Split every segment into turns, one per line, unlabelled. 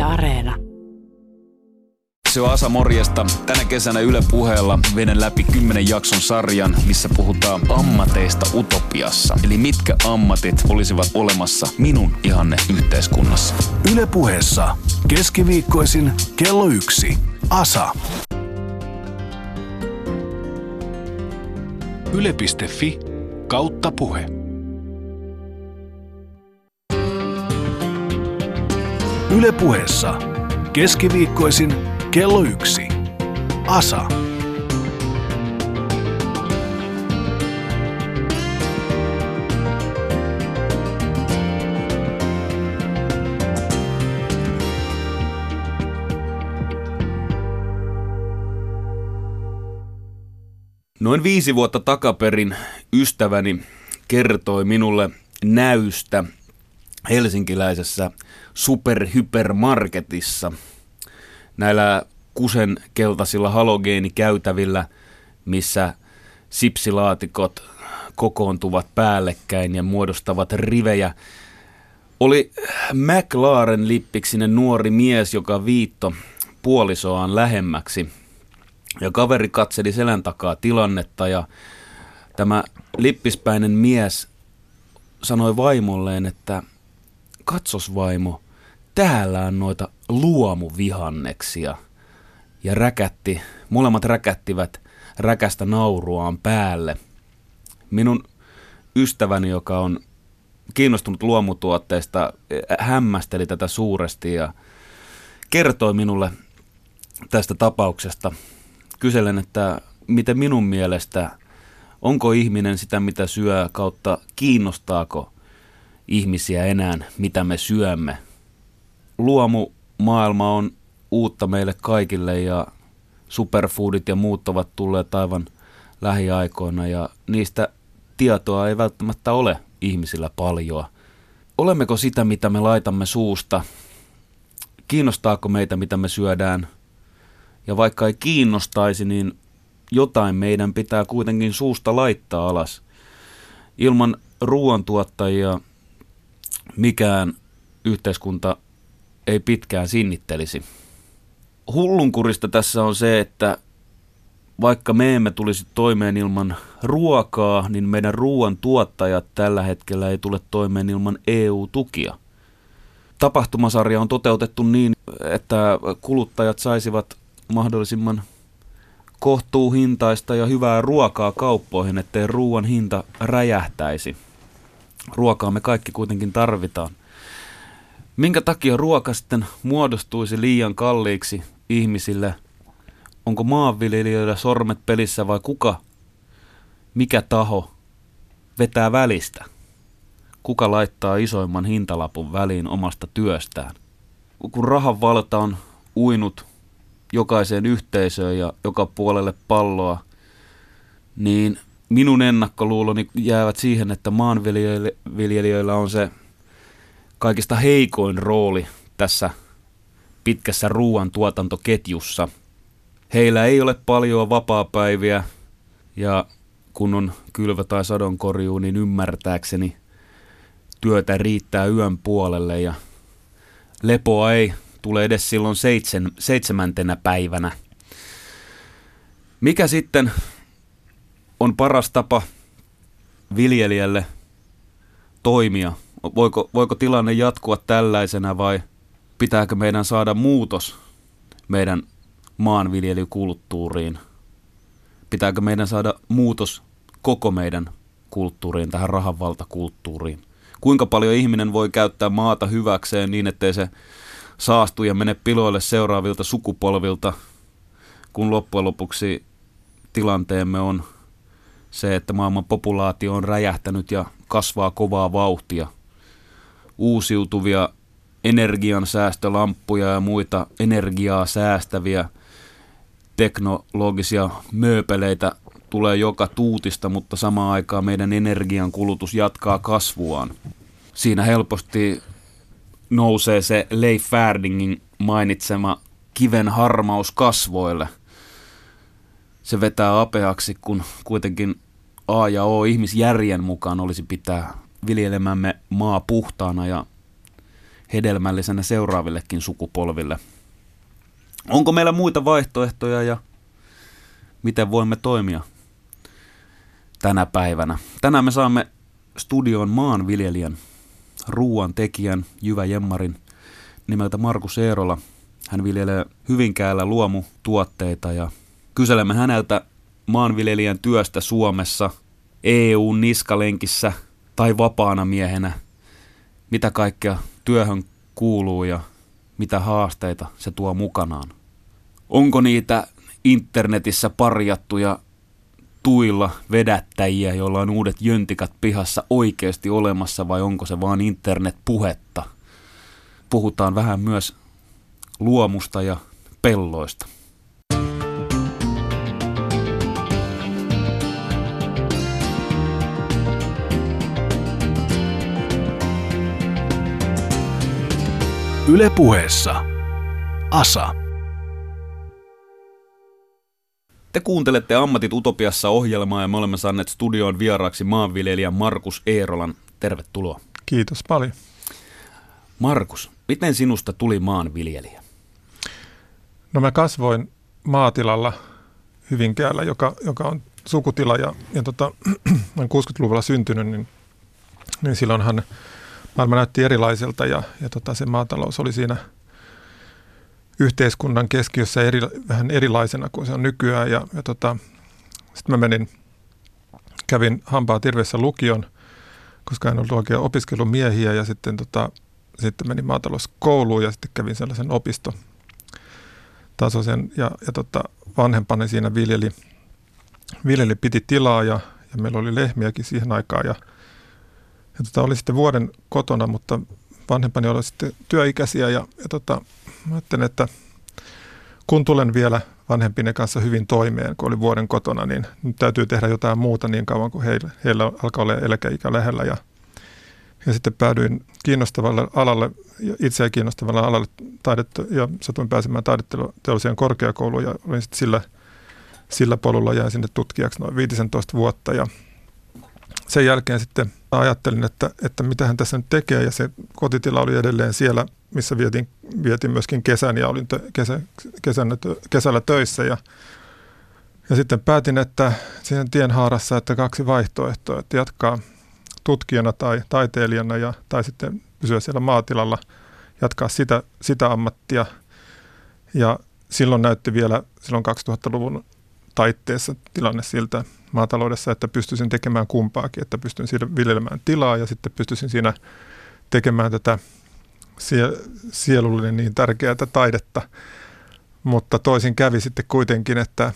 Areena.
Se on Asa, morjesta. Tänä kesänä Yle Puheella veden läpi 10 jakson sarjan, missä puhutaan ammateista utopiassa. Eli mitkä ammatit olisivat olemassa minun ihanne yhteiskunnassa.
Yle Puheessa keskiviikkoisin kello 1. Asa. Yle.fi/puhe. Yle Puheessa keskiviikkoisin kello 1. Asa.
Noin 5 vuotta takaperin ystäväni kertoi minulle näystä helsinkiläisessä superhypermarketissa. Näillä kusenkeltaisilla halogeenikäytävillä, missä sipsilaatikot kokoontuvat päällekkäin ja muodostavat rivejä, oli McLaren-lippiksinen nuori mies, joka viitto puolisoaan lähemmäksi. Ja kaveri katseli selän takaa tilannetta ja tämä lippispäinen mies sanoi vaimolleen, että katsos vaimo, täällä on noita luomuvihanneksia. Ja molemmat räkättivät räkästä nauruaan päälle. Minun ystäväni, joka on kiinnostunut luomutuotteista, hämmästeli tätä suuresti ja kertoi minulle tästä tapauksesta. Kyselen, että miten minun mielestä, onko ihminen sitä mitä syö kautta kiinnostaako ihmisiä enää mitä me syömme. Luomumaailma on uutta meille kaikille ja superfoodit ja muut ovat tulleet aivan lähiaikoina ja niistä tietoa ei välttämättä ole ihmisillä paljoa. Olemmeko sitä mitä me laitamme suusta? Kiinnostaako meitä mitä me syödään? Ja vaikka ei kiinnostaisi, niin jotain meidän pitää kuitenkin suusta laittaa alas. Ilman ruoantuottajia mikään yhteiskunta ei pitkään sinnittelisi. Hullunkurista tässä on se, että vaikka me emme tulisi toimeen ilman ruokaa, niin meidän ruoantuottajat tällä hetkellä ei tule toimeen ilman EU-tukia. Tapahtumasarja on toteutettu niin, että kuluttajat saisivat mahdollisimman kohtuuhintaista ja hyvää ruokaa kauppoihin, ettei ruoan hinta räjähtäisi. Ruokaa me kaikki kuitenkin tarvitaan. Minkä takia ruoka sitten muodostuisi liian kalliiksi ihmisille? Onko maanviljelijöillä sormet pelissä vai mikä taho vetää välistä? Kuka laittaa isoimman hintalapun väliin omasta työstään? Kun rahan valta on uinut jokaiseen yhteisöön ja joka puolelle palloa, niin minun ennakkoluuloni jäävät siihen, että maanviljelijöillä on se kaikista heikoin rooli tässä pitkässä ruoantuotantoketjussa. Heillä ei ole paljon vapaapäiviä ja kun on kylvö- tai sadonkorjuu, niin ymmärtääkseni työtä riittää yön puolelle ja lepoa ei tule edes silloin 7. päivänä. Mikä sitten on paras tapa viljelijälle toimia? Voiko tilanne jatkua tällaisena vai pitääkö meidän saada muutos meidän maanviljelykulttuuriin? Pitääkö meidän saada muutos koko meidän kulttuuriin, tähän rahanvaltakulttuuriin? Kuinka paljon ihminen voi käyttää maata hyväkseen niin, ettei se saastu ja mene piloille seuraavilta sukupolvilta, kun loppujen lopuksi tilanteemme on se, että maailman populaatio on räjähtänyt ja kasvaa kovaa vauhtia. Uusiutuvia energiansäästölamppuja ja muita energiaa säästäviä teknologisia mööpeleitä tulee joka tuutista, mutta samaan aikaan meidän energiankulutus jatkaa kasvuaan. Siinä helposti nousee se Leif Färdingin mainitsema kiven harmaus kasvoille. Se vetää apeaksi, kun kuitenkin A ja O ihmisjärjen mukaan olisi pitää viljelemämme maa puhtaana ja hedelmällisenä seuraavillekin sukupolville. Onko meillä muita vaihtoehtoja ja miten voimme toimia tänä päivänä? Tänään me saamme studioon maanviljelijän, ruuan tekijän, jyväjemmarin nimeltä Markus Eerola. Hän viljelee Hyvinkäällä luomutuotteita ja kyselemme häneltä maanviljelijän työstä Suomessa, EU:n niskalenkissä tai vapaana miehenä. Mitä kaikkea työhön kuuluu ja mitä haasteita se tuo mukanaan. Onko niitä internetissä parjattuja tuilla vedättäjiä, joilla on uudet jöntikat pihassa oikeasti olemassa vai onko se vaan internetpuhetta? Puhutaan vähän myös luomusta ja pelloista.
Yle Puheessa Asa.
Te kuuntelette Ammatit Utopiassa -ohjelmaa ja me olemme saaneet studioon vieraaksi maanviljelijän Markus Eerolan. Tervetuloa.
Kiitos paljon.
Markus, miten sinusta tuli maanviljelijä?
No mä kasvoin maatilalla Hyvinkäällä, joka on sukutila ja olen 60-luvulla syntynyt, niin silloinhan maailma näytti erilaiselta ja se maatalous oli siinä yhteiskunnan keskiössä vähän erilaisena kuin se on nykyään. Sitten mä kävin Hampaa-Tirvessä lukion, koska en ollut oikein opiskelumiehiä ja sitten menin maatalouskouluun ja sitten kävin sellaisen opistotasoisen ja vanhempani siinä viljeli piti tilaa ja meillä oli lehmiäkin siihen aikaan ja oli sitten vuoden kotona, mutta vanhempani oli sitten työikäisiä ja mä ajattelin, että kun tulen vielä vanhempien kanssa hyvin toimeen, kun oli vuoden kotona, niin nyt täytyy tehdä jotain muuta niin kauan kuin heillä alkaa olla eläkeikä lähellä. Ja sitten päädyin kiinnostavalle alalle, itseä kiinnostavalle alalle ja satuin pääsemään taideteolliseen korkeakouluun ja olin sitten sillä polulla jäin sinne tutkijaksi noin 15 vuotta ja sen jälkeen sitten ajattelin, että mitä hän tässä nyt tekee ja se kotitila oli edelleen siellä, missä vietin myöskin kesän ja olin kesällä töissä ja sitten päätin, että siinä tienhaarassa, että 2 vaihtoehtoa, että jatkaa tutkijana tai taiteilijana tai sitten pysyä siellä maatilalla, jatkaa sitä ammattia ja silloin näytti vielä 2000-luvun taitteessa tilanne siltä maataloudessa, että pystyisin tekemään kumpaakin, että pystyn siinä viljelemään tilaa ja sitten pystyisin siinä tekemään tätä sielullinen niin tärkeää taidetta, mutta toisin kävi sitten kuitenkin, että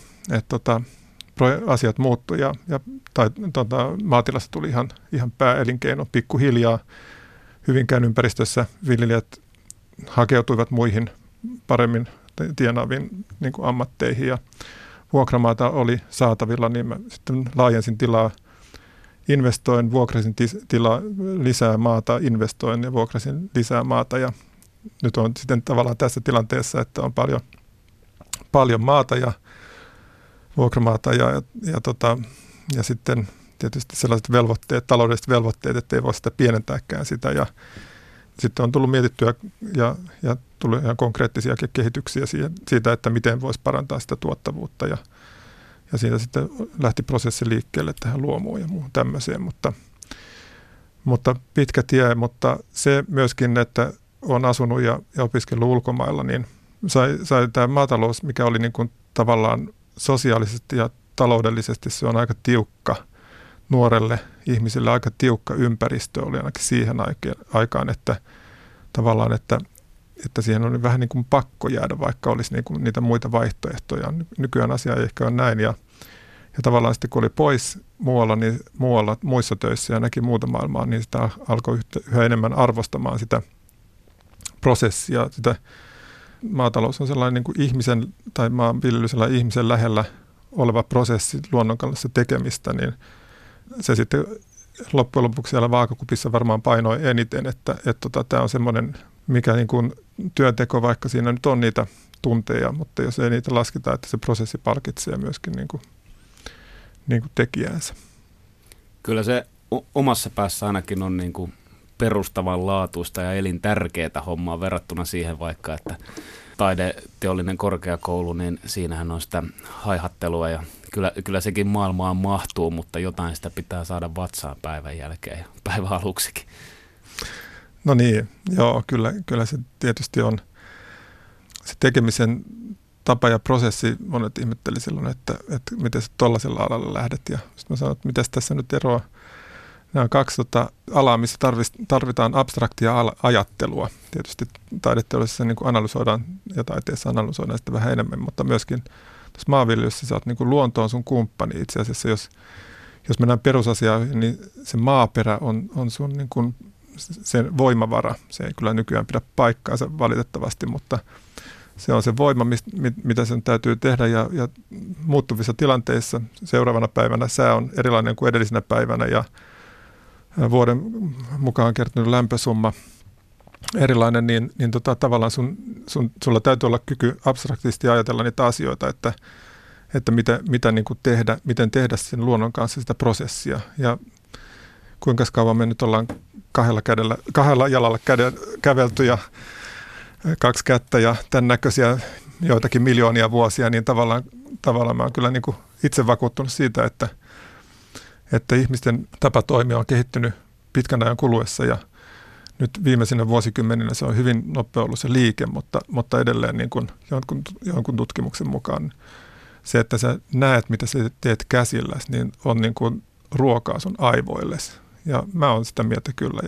asiat muuttui ja maatilasta tuli ihan pääelinkeino pikkuhiljaa. Hyvinkään ympäristössä viljelijät hakeutuivat muihin paremmin tienaaviin niin kuin ammatteihin ja vuokramaata oli saatavilla, niin mä sitten laajensin tilaa, investoin, vuokrasin tilaa lisää maata, investoin ja vuokrasin lisää maata ja nyt on sitten tavallaan tässä tilanteessa, että on paljon maata ja vuokramaata ja sitten tietysti sellaiset velvoitteet, taloudelliset velvoitteet, että ei voi sitä pienentääkään sitä ja sitten on tullut mietittyä ja tullut ihan konkreettisia kehityksiä siitä, että miten voisi parantaa sitä tuottavuutta ja siitä sitten lähti prosessi liikkeelle tähän luomuun ja muuhun tämmöiseen, mutta pitkä tie, mutta se myöskin, että olen asunut ja opiskellut ulkomailla, niin sai tämä maatalous, mikä oli niin kuin tavallaan sosiaalisesti ja taloudellisesti se on aika tiukka nuorelle ihmiselle, aika tiukka ympäristö oli ainakin siihen aikaan, että tavallaan, että siihen oli vähän niin kuin pakko jäädä, vaikka olisi niin kuin niitä muita vaihtoehtoja. Nykyään asia ei ehkä ole näin ja tavallaan sitten kun oli pois muissa töissä ja näki muuta maailmaa, niin sitä alkoi yhä enemmän arvostamaan sitä prosessia. Sitä maatalous on sellainen niin kuin ihmisen tai maanviljely sellainen ihmisen lähellä oleva prosessi luonnon kanssa tekemistä, niin se sitten loppujen lopuksi siellä vaakakupissa varmaan painoi eniten, että tämä on semmoinen, mikä niin kuin työnteko, vaikka siinä nyt on niitä tunteja, mutta jos ei niitä lasketa, että se prosessi palkitsee myöskin niin kuin tekijäänsä.
Kyllä se omassa päässä ainakin on niin kuin perustavanlaatuista ja elintärkeää hommaa verrattuna siihen vaikka, että taideteollinen korkeakoulu, niin siinähän on sitä haihattelua ja kyllä sekin maailmaan mahtuu, mutta jotain sitä pitää saada vatsaan päivän jälkeen ja päivän aluksikin.
No niin, joo, kyllä se tietysti on se tekemisen tapa ja prosessi. Monet ihmetteli silloin, että miten sä tuollaisella alalla lähdet. Ja sitten mä sanoin, että miten tässä nyt eroa. Nämä on 2 alaa, missä tarvitaan abstraktia ajattelua. Tietysti taideteollisessa niin kuin analysoidaan ja taiteessa analysoidaan sitä vähän enemmän, mutta myöskin tuossa maanviljelyssä sä oot niin kuin luonto on sun kumppani itse asiassa. Jos mennään perusasioihin, niin se maaperä on sun niin kuin sen voimavara. Se ei kyllä nykyään pidä paikkaansa valitettavasti, mutta se on se voima, mitä sen täytyy tehdä ja muuttuvissa tilanteissa seuraavana päivänä sää on erilainen kuin edellisenä päivänä ja vuoden mukaan kertynyt lämpösumma erilainen, niin tavallaan sulla täytyy olla kyky abstraktisti ajatella niitä asioita, että mitä niin kuin tehdä, miten tehdä sen luonnon kanssa sitä prosessia ja kuinka kauan me nyt ollaan kahdella jalalla kävelty ja 2 kättä ja tämän näköisiä joitakin miljoonia vuosia, niin tavallaan mä oon kyllä niin kuin itse vakuuttunut siitä, että ihmisten tapa toimia on kehittynyt pitkän ajan kuluessa ja nyt viimeisinä vuosikymmeninä se on hyvin nopea ollut se liike, mutta edelleen niin kuin jonkun tutkimuksen mukaan se, että sä näet, mitä sä teet käsilläsi, niin on niin kuin ruokaa sun aivoillesi. Ja mä oon sitä mieltä kyllä.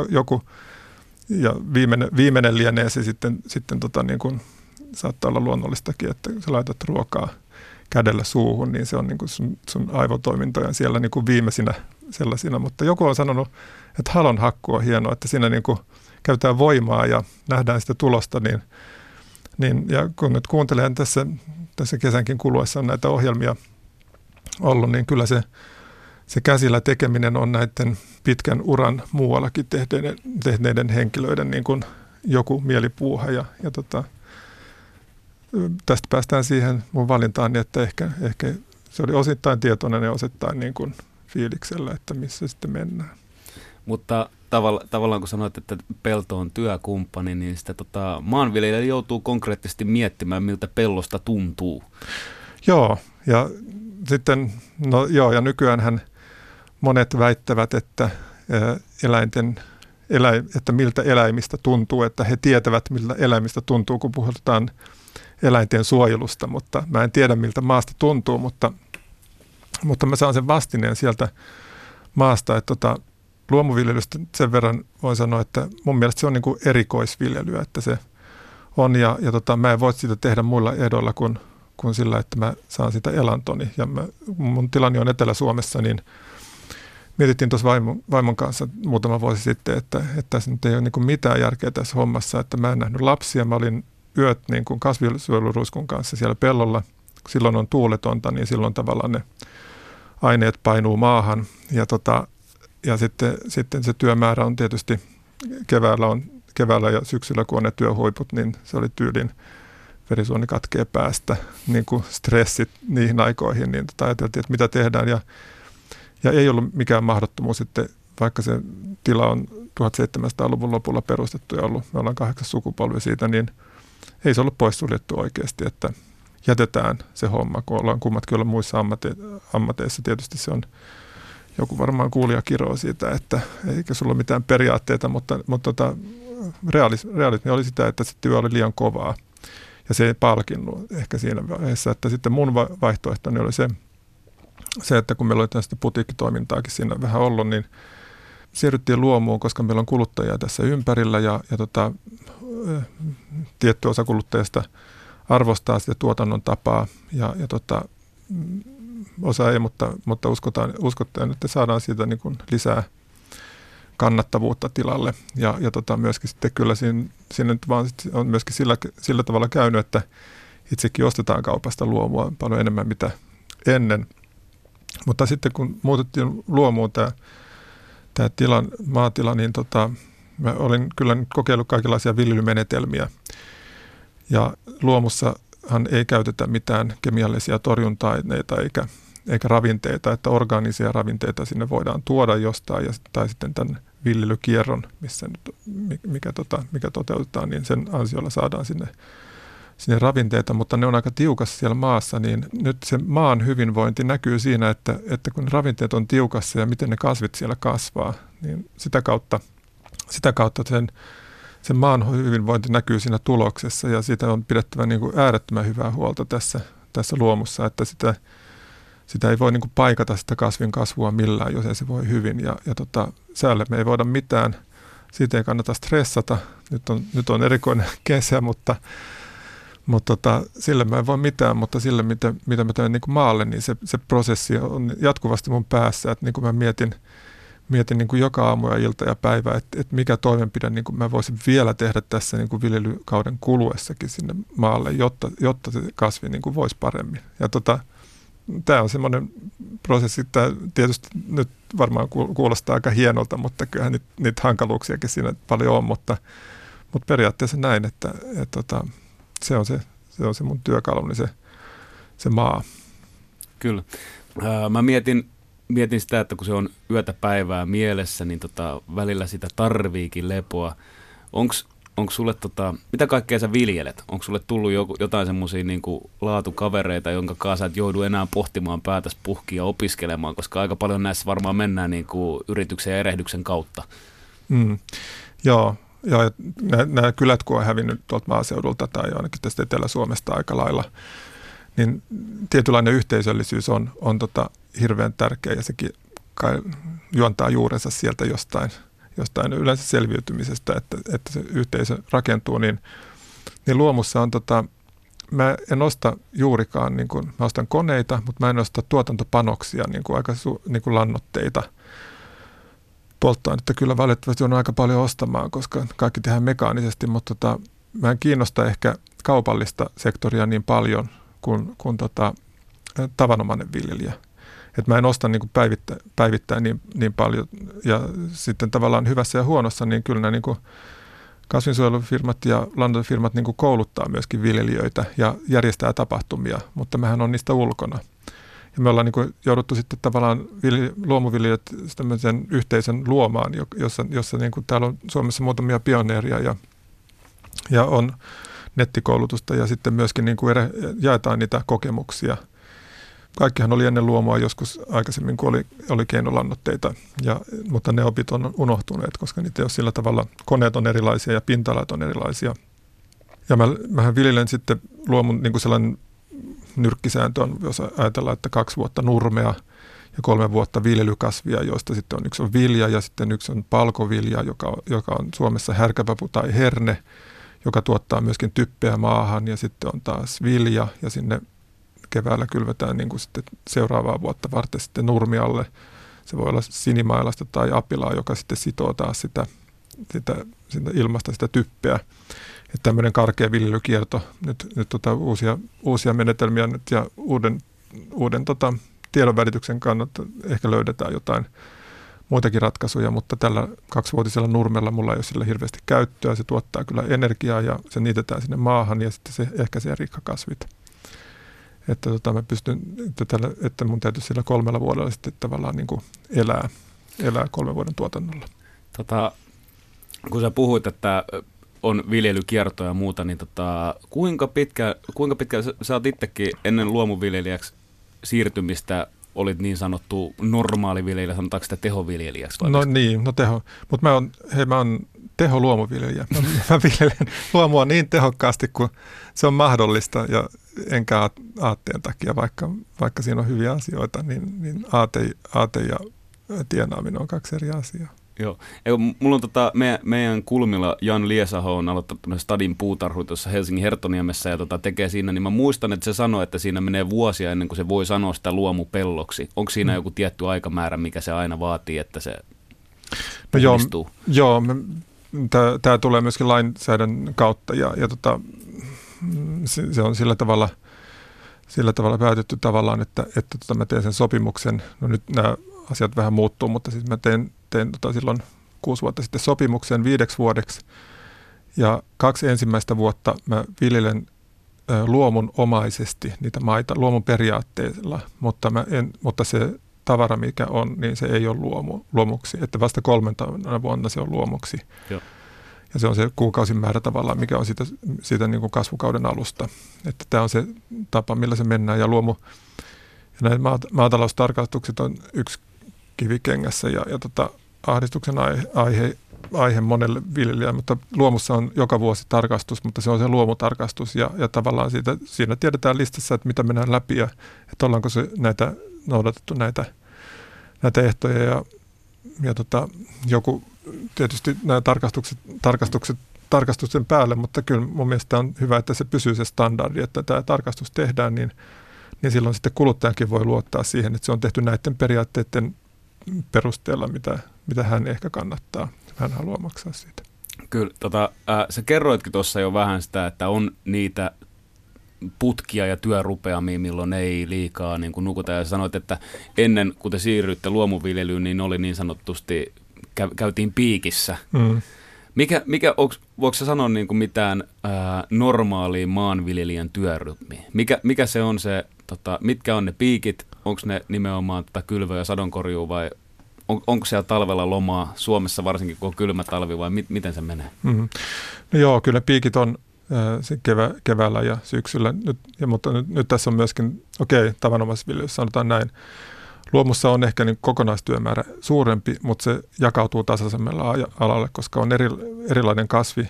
Ja viimeinen lienee se sitten niin kuin, saattaa olla luonnollistakin, että kun sä laitat ruokaa kädellä suuhun, niin se on niin kuin sun aivotoimintoja siellä niin kuin viimeisinä sellaisina. Mutta joku on sanonut, että halonhakku on hienoa, että siinä niin kuin käytetään voimaa ja nähdään sitä tulosta. Ja kun nyt kuuntelen tässä kesänkin kuluessa on näitä ohjelmia ollut, niin kyllä se käsillä tekeminen on näiden pitkän uran muuallakin tehneiden henkilöiden niin kuin joku mielipuuha. Ja tästä päästään siihen mun valintaan, että ehkä se oli osittain tietoinen ja osittain niin kuin fiiliksellä, että missä sitten mennään.
Mutta tavallaan kun sanoit, että pelto on työkumppani, niin sitä maanviljelijä joutuu konkreettisesti miettimään, miltä pellosta tuntuu. Joo,
ja sitten, ja nykyäänhän monet väittävät, että miltä eläimistä tuntuu, että he tietävät, miltä eläimistä tuntuu, kun puhutaan eläinten suojelusta, mutta mä en tiedä, miltä maasta tuntuu, mutta mä saan sen vastineen sieltä maasta, että luomuviljelystä sen verran voin sanoa, että mun mielestä se on niin kuin erikoisviljelyä, että se on ja mä en voi sitä tehdä muilla ehdoilla kuin sillä, että mä saan sitä elantoni. Ja mun tilanne on Etelä-Suomessa, niin mietittiin tuossa vaimon kanssa muutama vuosi sitten, että tässä nyt ei ole niin kuin mitään järkeä tässä hommassa, että mä en nähnyt lapsia, mä olin yöt niin kuin kasvinsuojeluruiskun kanssa siellä pellolla. Silloin on tuuletonta, niin silloin tavallaan ne aineet painuu maahan ja sitten se työmäärä on tietysti keväällä ja syksyllä, kun on ne työhuiput, niin se oli tyylin verisuoni katkee päästä, niin kuin stressit niihin aikoihin, niin ajateltiin, että mitä tehdään ja ei ollut mikään mahdottomuus sitten, vaikka se tila on 1700-luvun lopulla perustettu ja ollut, me ollaan 8 sukupolvi siitä, niin ei se ollut poissuljettu oikeasti, että jätetään se homma, kun ollaan kummatkin olla muissa ammateissa. Tietysti se on joku varmaan kuulija kiroo siitä, että eikä sulla ole mitään periaatteita, mutta realismi oli sitä, että se työ oli liian kovaa ja se ei palkinnut ehkä siinä vaiheessa, että sitten mun vaihtoehtoni oli se, että kun meillä oli tästä putiikkitoimintaakin siinä vähän ollut, niin siirryttiin luomuun, koska meillä on kuluttajia tässä ympärillä ja tietty osa kuluttajista arvostaa sitä tuotannon tapaa ja osa ei, mutta uskotaan, että saadaan siitä niin kuin lisää kannattavuutta tilalle ja myöskin sitten kyllä siinä nyt vaan on myöskin sillä tavalla käynyt, että itsekin ostetaan kaupasta luomua paljon enemmän mitä ennen, mutta sitten kun muutettiin luomuun tämä maatila, niin mä olin kyllä nyt kokeillut kaikenlaisia viljelymenetelmiä ja luomussahan ei käytetä mitään kemiallisia torjunta-aineita eikä ravinteita, että orgaanisia ravinteita sinne voidaan tuoda jostain, tai sitten tämän viljelykierron, missä nyt, mikä toteutetaan, niin sen ansiolla saadaan sinne ravinteita, mutta ne on aika tiukassa siellä maassa, niin nyt se maan hyvinvointi näkyy siinä, että kun ravinteet on tiukassa ja miten ne kasvit siellä kasvaa, niin sitä kautta sen maan hyvinvointi näkyy siinä tuloksessa, ja siitä on pidettävä niin kuin äärettömän hyvää huolta tässä luomussa, että sitä ei voi niin kuin paikata sitä kasvin kasvua millään, jos ei se voi hyvin, ja säälle me ei voida mitään, siitä ei kannata stressata, nyt on erikoinen kesä, mutta sille mä en voi mitään, mutta sille, mitä mä teen niin kuin maalle, niin se prosessi on jatkuvasti mun päässä, että niin kuin mä mietin niin kuin joka aamu ja ilta ja päivä, että mikä toimenpide niin kuin mä voisin vielä tehdä tässä niin kuin viljelykauden kuluessakin sinne maalle, jotta se kasvi niin kuin voisi paremmin. Ja tämä on semmoinen prosessi, tämä tietysti nyt varmaan kuulostaa aika hienolta, mutta kyllähän niitä hankaluuksiakin siinä paljon on, mutta periaatteessa näin, että se on se mun työkaluni, se maa. Kyllä.
Mä mietin sitä, että kun se on yötä päivää mielessä, niin välillä sitä tarviikin lepoa. Onko sulle, mitä kaikkea sä viljelet? Onko sulle tullut jotain semmoisia niin kuin laatukavereita, jonka kanssa et joudu enää pohtimaan päätäs puhkia ja opiskelemaan, koska aika paljon näissä varmaan mennään niin kuin yrityksen ja erehdyksen kautta.
Joo, nämä kylät, kun on hävinnyt tuolta maaseudulta tai ainakin tästä Etelä-Suomesta aika lailla, niin tietynlainen yhteisöllisyys on hirveän tärkeä, ja sekin kai juontaa juurensa sieltä jostain yleensä selviytymisestä, että se yhteisö rakentuu, niin luomussa on mä en osta juurikaan, niin kuin, mä ostan koneita, mutta mä en osta tuotantopanoksia, niin kuin aika niin kuin lannoitteita. Polttoainetta kyllä valitettavasti on aika paljon ostamaan, koska kaikki tehdään mekaanisesti, mutta mä en kiinnosta ehkä kaupallista sektoria niin paljon kuin tavanomainen viljelijä. Et mä en osta niin kuin päivittäin niin paljon, ja sitten tavallaan hyvässä ja huonossa, niin kyllä nämä niin kuin kasvinsuojelufirmat ja lannoitefirmat niin kuin kouluttaa myöskin viljelijöitä ja järjestää tapahtumia, mutta mehän on niistä ulkona. Ja me ollaan niin kuin jouduttu sitten tavallaan luomuviljelijät tämmöisen yhteisön luomaan, jossa niin kuin täällä on Suomessa muutamia pioneeria ja on nettikoulutusta, ja sitten myöskin niin kuin jaetaan niitä kokemuksia. Kaikkihan oli ennen luomua joskus aikaisemmin, kun oli keinolannoitteita, mutta ne opit on unohtuneet, koska niitä ei ole sillä tavalla, koneet on erilaisia ja pinta-alat on erilaisia. Ja mähän viljelen sitten luomun niin kuin sellainen nyrkkisääntö on, jos ajatellaan, että 2 vuotta nurmea ja 3 vuotta viljelykasvia, joista sitten yksi on vilja ja sitten yksi on palkovilja, joka on Suomessa härkäpapu tai herne, joka tuottaa myöskin typpeä maahan, ja sitten on taas vilja, ja sinne keväällä kylvetään niin kuin sitten seuraavaa vuotta varten sitten nurmialle. Se voi olla sinimailasta tai apilaa, joka sitten sitoo taas sitä ilmasta sitä typpeä. Että tämmöinen karkea viljelykierto, nyt uusia menetelmiä nyt ja uuden tiedonvälityksen kannalta ehkä löydetään jotain muitakin ratkaisuja, mutta tällä 2-vuotisella nurmella mulla ei ole sillä hirveästi käyttöä. Se tuottaa kyllä energiaa ja se niitetään sinne maahan, ja sitten se ehkäisee rikkakasvit. Että mä pystyn, että mun täytyy sillä 3 vuodella sitten tavallaan niin kuin elää 3 vuoden tuotannolla.
Kun sä puhuit, että on viljelykiertoja ja muuta, niin kuinka pitkä sä oot itsekin ennen luomuviljelijäksi siirtymistä olit niin sanottu normaaliviljelijä, sanotaanko sitä tehoviljelijäksi?
No niin, teho. Mutta mä oon teholuomuviljelijä. Mä viljelen luomua niin tehokkaasti kuin se on mahdollista, ja enkä aatteen takia, vaikka siinä on hyviä asioita, niin aate ja tienaaminen on 2 eri asiaa.
Joo. Mulla on meidän kulmilla Jan Liesaho on aloittanut stadin puutarhu tuossa Helsingin Herttoniemessä ja tekee siinä, niin mä muistan, että se sanoi, että siinä menee vuosia ennen kuin se voi sanoa sitä luomupelloksi. Onko siinä joku tietty aikamäärä, mikä se aina vaatii, että se onnistuu?
Joo, tämä tulee myöskin lainsäädännön kautta, ja se on sillä tavalla päätetty tavallaan, että mä teen sen sopimuksen. No nyt nämä asiat vähän muuttuu, mutta siis mä tein silloin 6 vuotta sitten sopimuksen 5 vuodeksi, ja 2 ensimmäistä vuotta mä viljelen luomunomaisesti niitä maita, luomun periaatteella, mutta se tavara, mikä on, niin se ei ole luomuksi. Että vasta 3 vuonna se on luomuksi.
Joo.
Ja se on se kuukausimäärä tavallaan, mikä on siitä niin kuin kasvukauden alusta. Että tämä on se tapa, millä se mennään. Ja maataloustarkastukset on yksi kivikengässä ja ahdistuksen aihe monelle viljelijälle, mutta luomussa on joka vuosi tarkastus, mutta se on se luomutarkastus ja tavallaan siinä tiedetään listassa, että mitä mennään läpi ja että ollaanko se noudatettu näitä ehtoja ja joku tietysti nämä tarkastusten päälle, mutta kyllä mun mielestä on hyvä, että se pysyy se standardi, että tämä tarkastus tehdään, niin silloin sitten kuluttajankin voi luottaa siihen, että se on tehty näiden periaatteiden perusteella, mitä hän ehkä kannattaa. Hän haluaa maksaa siitä.
Kyllä, sä kerroitkin tuossa jo vähän sitä, että on niitä putkia ja työrupeamia, milloin ei liikaa niin kuin nukuta. Ja sanoit, että ennen kuin te siirryitte luomuviljelyyn, niin oli niin sanotusti, käytiin piikissä. Mm. Voiko sä sanoa niin kuin mitään normaalia maanviljelijän työrytmiä? Mikä se on se, mitkä on ne piikit? Onko ne nimenomaan kylvö- ja sadonkorjuu vai onko siellä talvella lomaa Suomessa varsinkin, kun on kylmä talvi vai miten se menee? Mm-hmm.
No joo, kyllä piikit on keväällä ja syksyllä, mutta nyt tässä on myöskin, tavanomaisessa viljelyssä sanotaan näin, luomussa on ehkä niin kokonaistyömäärä suurempi, mutta se jakautuu tasaisemmalle alalle, koska on erilainen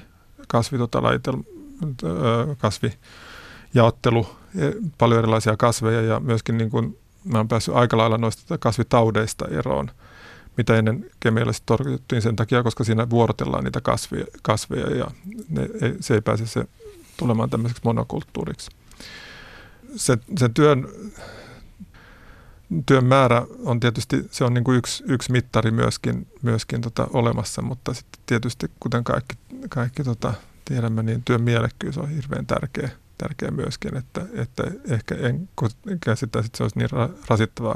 kasvijaottelu, paljon erilaisia kasveja ja myöskin niin kuin mä oon päässyt aika lailla noista kasvitaudeista eroon, mitä ennen kemiallisesti torjuttiin sen takia, koska siinä vuorotellaan niitä kasveja ja se ei pääse se tulemaan tämmöiseksi monokulttuuriksi. Se työn määrä on tietysti, se on niin kuin yksi mittari myöskin olemassa, mutta sitten tietysti kuten kaikki tiedämme, niin työn mielekkyys on hirveän tärkeä myöskin, että ehkä en käsitä, että se olisi niin rasittavaa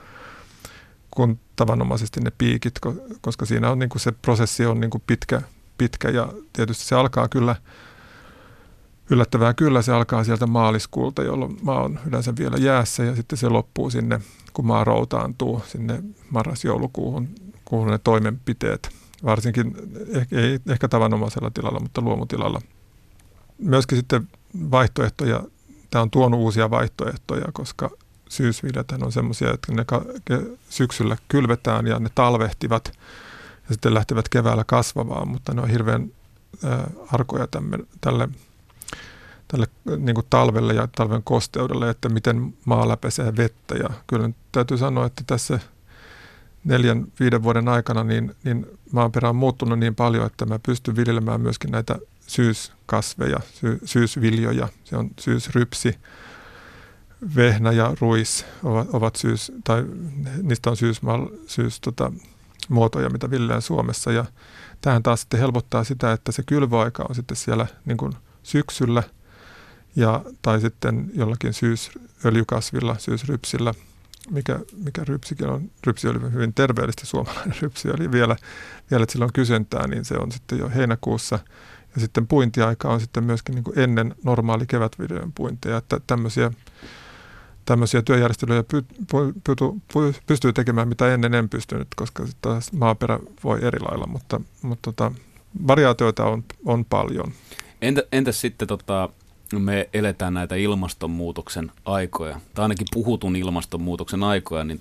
kuin tavanomaisesti ne piikit, koska siinä on niin kuin se prosessi on niin kuin pitkä ja tietysti se alkaa kyllä, yllättävää kyllä se alkaa sieltä maaliskuulta, jolloin maa on yleensä vielä jäässä ja sitten se loppuu sinne, kun maa routaantuu sinne marras-joulukuuhun ne toimenpiteet, varsinkin ei ehkä tavanomaisella tilalla, mutta luomutilalla. Myöskin sitten vaihtoehtoja, tämä on tuonut uusia vaihtoehtoja, koska syysviljathan on semmoisia, että ne syksyllä kylvetään ja ne talvehtivat ja sitten lähtevät keväällä kasvamaan, mutta ne on hirveän arkoja tälle niin kuin talvelle ja talven kosteudelle, että miten maa läpäisee vettä. Ja kyllä täytyy sanoa, että tässä 4-5 vuoden aikana niin maaperä on muuttunut niin paljon, että mä pystyn viljelemään myöskin näitä syyskasveja, syysviljoja. Se on syysrypsi, vehnä ja ruis ovat niistä on muotoja, mitä viljellään Suomessa. Ja tähän taas sitten helpottaa sitä, että se kylvöaika on sitten siellä niin kuin syksyllä tai sitten jollakin syysöljykasvilla, syysrypsillä, mikä rypsikin on. Rypsi oli hyvin terveellisesti suomalainen rypsi, eli vielä että sillä on kysyntää, niin se on sitten jo heinäkuussa. Ja sitten puintiaika on sitten myöskin niin kuin ennen normaali kevätviljelyn puintia, että tämmöisiä työjärjestelyjä pystyy tekemään, mitä ennen en pystynyt, koska taas maaperä voi eri lailla, mutta variaatioita on paljon.
Entäs sitten me eletään näitä ilmastonmuutoksen aikoja, tai ainakin puhutun ilmastonmuutoksen aikoja, niin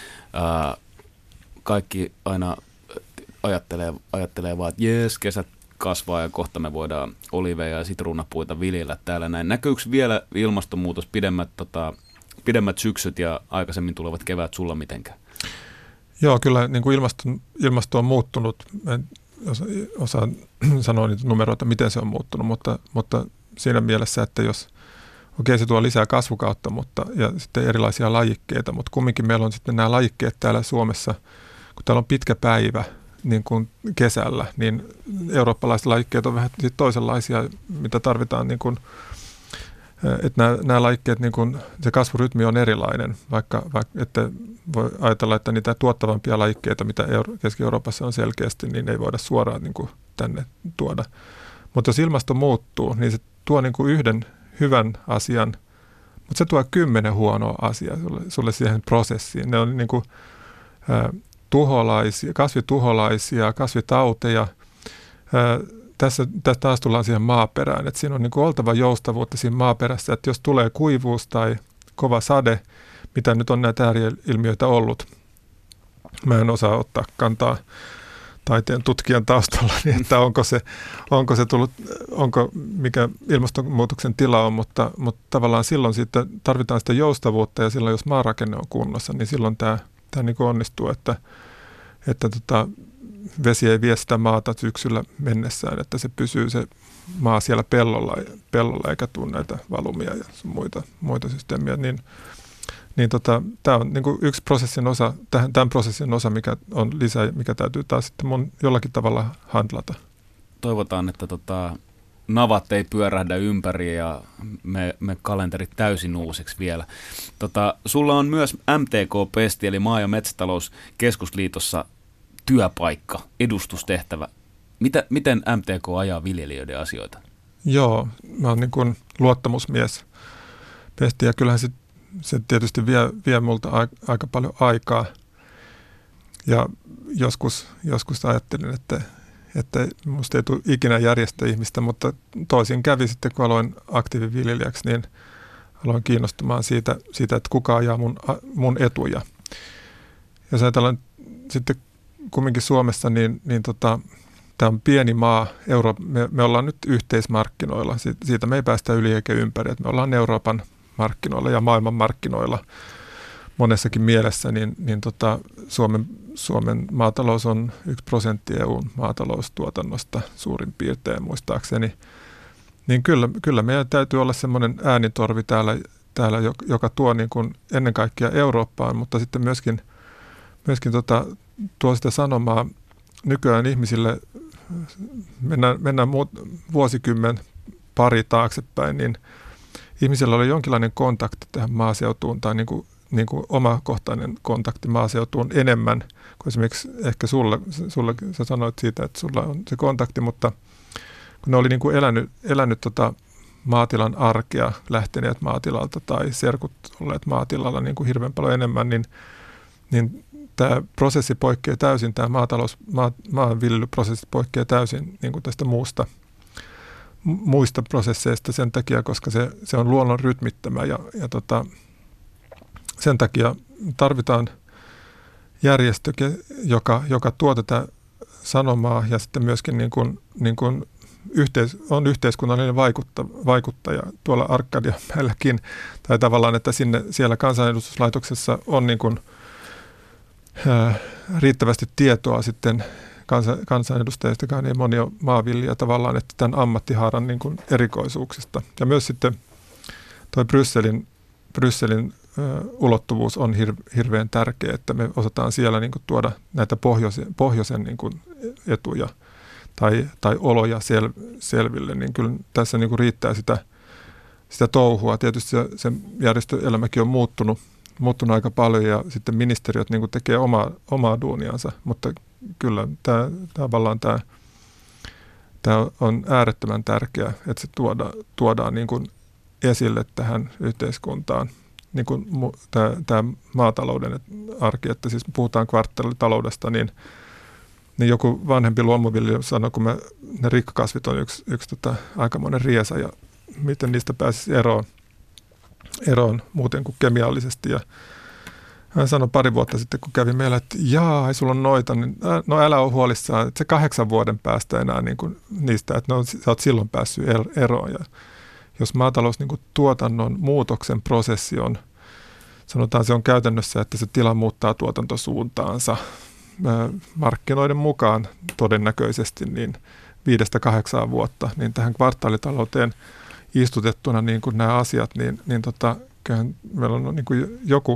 kaikki aina ajattelee vaan, että jees, kesät kasvaa ja kohta me voidaan oliveja ja sitruunapuita viljellä täällä näin. Näkyykö vielä ilmastonmuutos pidemmät syksyt ja aikaisemmin tulevat kevät sulla mitenkään?
Joo, kyllä niin kuin ilmasto on muuttunut. En osaa sanoa niitä numeroita, miten se on muuttunut, mutta siinä mielessä, että jos se tuo lisää kasvukautta ja sitten erilaisia lajikkeita, mutta kumminkin meillä on sitten nämä lajikkeet täällä Suomessa, kun täällä on pitkä päivä niin kuin kesällä, niin eurooppalaiset lajikkeet on vähän toisenlaisia, mitä tarvitaan, niin kuin, että nämä lajikkeet, niin kuin, se kasvurytmi on erilainen, vaikka että voi ajatella, että niitä tuottavampia lajikkeita, mitä Keski-Euroopassa on selkeästi, niin ei voida suoraan niin kuin tänne tuoda. Mutta jos ilmasto muuttuu, niin se tuo niin kuin hyvän asian, mutta se tuo 10 huonoa asiaa sulle siihen prosessiin. Ne on niin kuin, tuholaisia, kasvituholaisia, kasvitauteja. Tässä taas tullaan siihen maaperään, että siinä on niin kuin oltava joustavuutta siinä maaperässä, että jos tulee kuivuus tai kova sade, mitä nyt on näitä ääriilmiöitä ollut. Mä en osaa ottaa kantaa taiteen tutkijan taustalla, niin että onko se tullut, mikä ilmastonmuutoksen tila on, mutta tavallaan silloin sitten tarvitaan sitä joustavuutta ja silloin jos maarakenne on kunnossa, niin silloin tämä niin kuin onnistuu, että vesi ei vie sitä maata syksyllä mennessään, että se pysyy se maa siellä pellolla eikä tule näitä valumia ja muita systeemiä, niin tämä on niin kuin yksi prosessin osa, tämän prosessin osa, mikä on lisä, mikä täytyy taas sitten jollakin tavalla handlata.
Toivotaan, että navat ei pyörähdä ympäri ja me kalenterit täysin uusiksi vielä. Sulla on myös MTK-pesti, eli Maa- ja metsätalouskeskusliitossa työpaikka, edustustehtävä. Miten MTK ajaa viljelijöiden asioita?
Joo, mä oon niin kuin luottamusmies pesti ja kyllähän se tietysti vie multa aika paljon aikaa. Ja joskus ajattelin, että musta ei tule ikinä järjestöihmistä, mutta toisin kävi sitten, kun aloin aktiiviviljelijäksi, niin aloin kiinnostumaan siitä että kuka ajaa mun etuja. Jos ajatellaan sitten kumminkin Suomessa, niin tämä on pieni maa. Me ollaan nyt yhteismarkkinoilla. Siitä me ei päästä yli eikä ympäri. Että me ollaan Euroopan markkinoilla ja maailman markkinoilla monessakin mielessä, niin Suomen maatalous on 1% EUn maataloustuotannosta suurin piirtein muistaakseni. Niin kyllä meidän täytyy olla semmoinen äänitorvi täällä joka tuo niin kuin ennen kaikkea Eurooppaan, mutta sitten myöskin tuo sitä sanomaa nykyään ihmisille, mennään vuosikymmen pari taaksepäin, niin ihmisillä oli jonkinlainen kontakti tähän maaseutuun tai niin kuin omakohtainen kontakti maaseutuun enemmän kuin esimerkiksi ehkä sulle sä sanoit siitä, että sulla on se kontakti, mutta kun ne oli niin kuin elänyt maatilan arkea, lähteneet maatilalta tai serkut olleet maatilalla niin kuin hirveän paljon enemmän, niin tämä prosessi poikkeaa täysin, tämä maanviljelyprosessi poikkeaa täysin niin kuin tästä muista prosesseista sen takia, koska se on luonnon rytmittämä ja sen takia tarvitaan järjestö, joka tuo tätä sanomaa ja sitten myöskin niin kuin on yhteiskunnallinen vaikuttaja tuolla Arkadianmäelläkin, tai tavallaan, että siellä kansanedustuslaitoksessa on niin kuin, riittävästi tietoa sitten kansanedustajistakaan ei moni ole maanviljelijä tavallaan, että tämän ammattihaaran niin kuin erikoisuuksista. Ja myös sitten tuo Brysselin ulottuvuus on hirveän tärkeä, että me osataan siellä niin kuin tuoda näitä pohjoisen niin kuin etuja tai oloja selville, niin kyllä tässä niin kuin riittää sitä touhua. Tietysti se järjestöelämäkin on muuttunut aika paljon ja sitten ministeriöt niin kuin tekee omaa duuniansa, mutta kyllä tämä on äärettömän tärkeää, että se tuodaan niin kuin esille tähän yhteiskuntaan. Niin kuin tämä maatalouden arki, että siis puhutaan kvartaalitaloudesta, niin joku vanhempi luomuviljelijä sanoi, kun ne rikkakasvit on yksi aikamoinen riesa ja miten niistä pääsisi eroon muuten kuin kemiallisesti. Ja hän sanoi pari vuotta sitten, kun kävi meillä, että ei sulla on noita, niin no älä ole huolissaan, että se 8 vuoden päästä enää niin kuin niistä, että sä oot silloin päässyt eroon. Ja jos maatalous niin kuin tuotannon muutoksen prosessi on, sanotaan se on käytännössä, että se tila muuttaa tuotantosuuntaansa markkinoiden mukaan todennäköisesti niin 5-8 vuotta, niin tähän kvartaalitalouteen istutettuna niin kuin nämä asiat, kyllähän meillä on niin kuin joku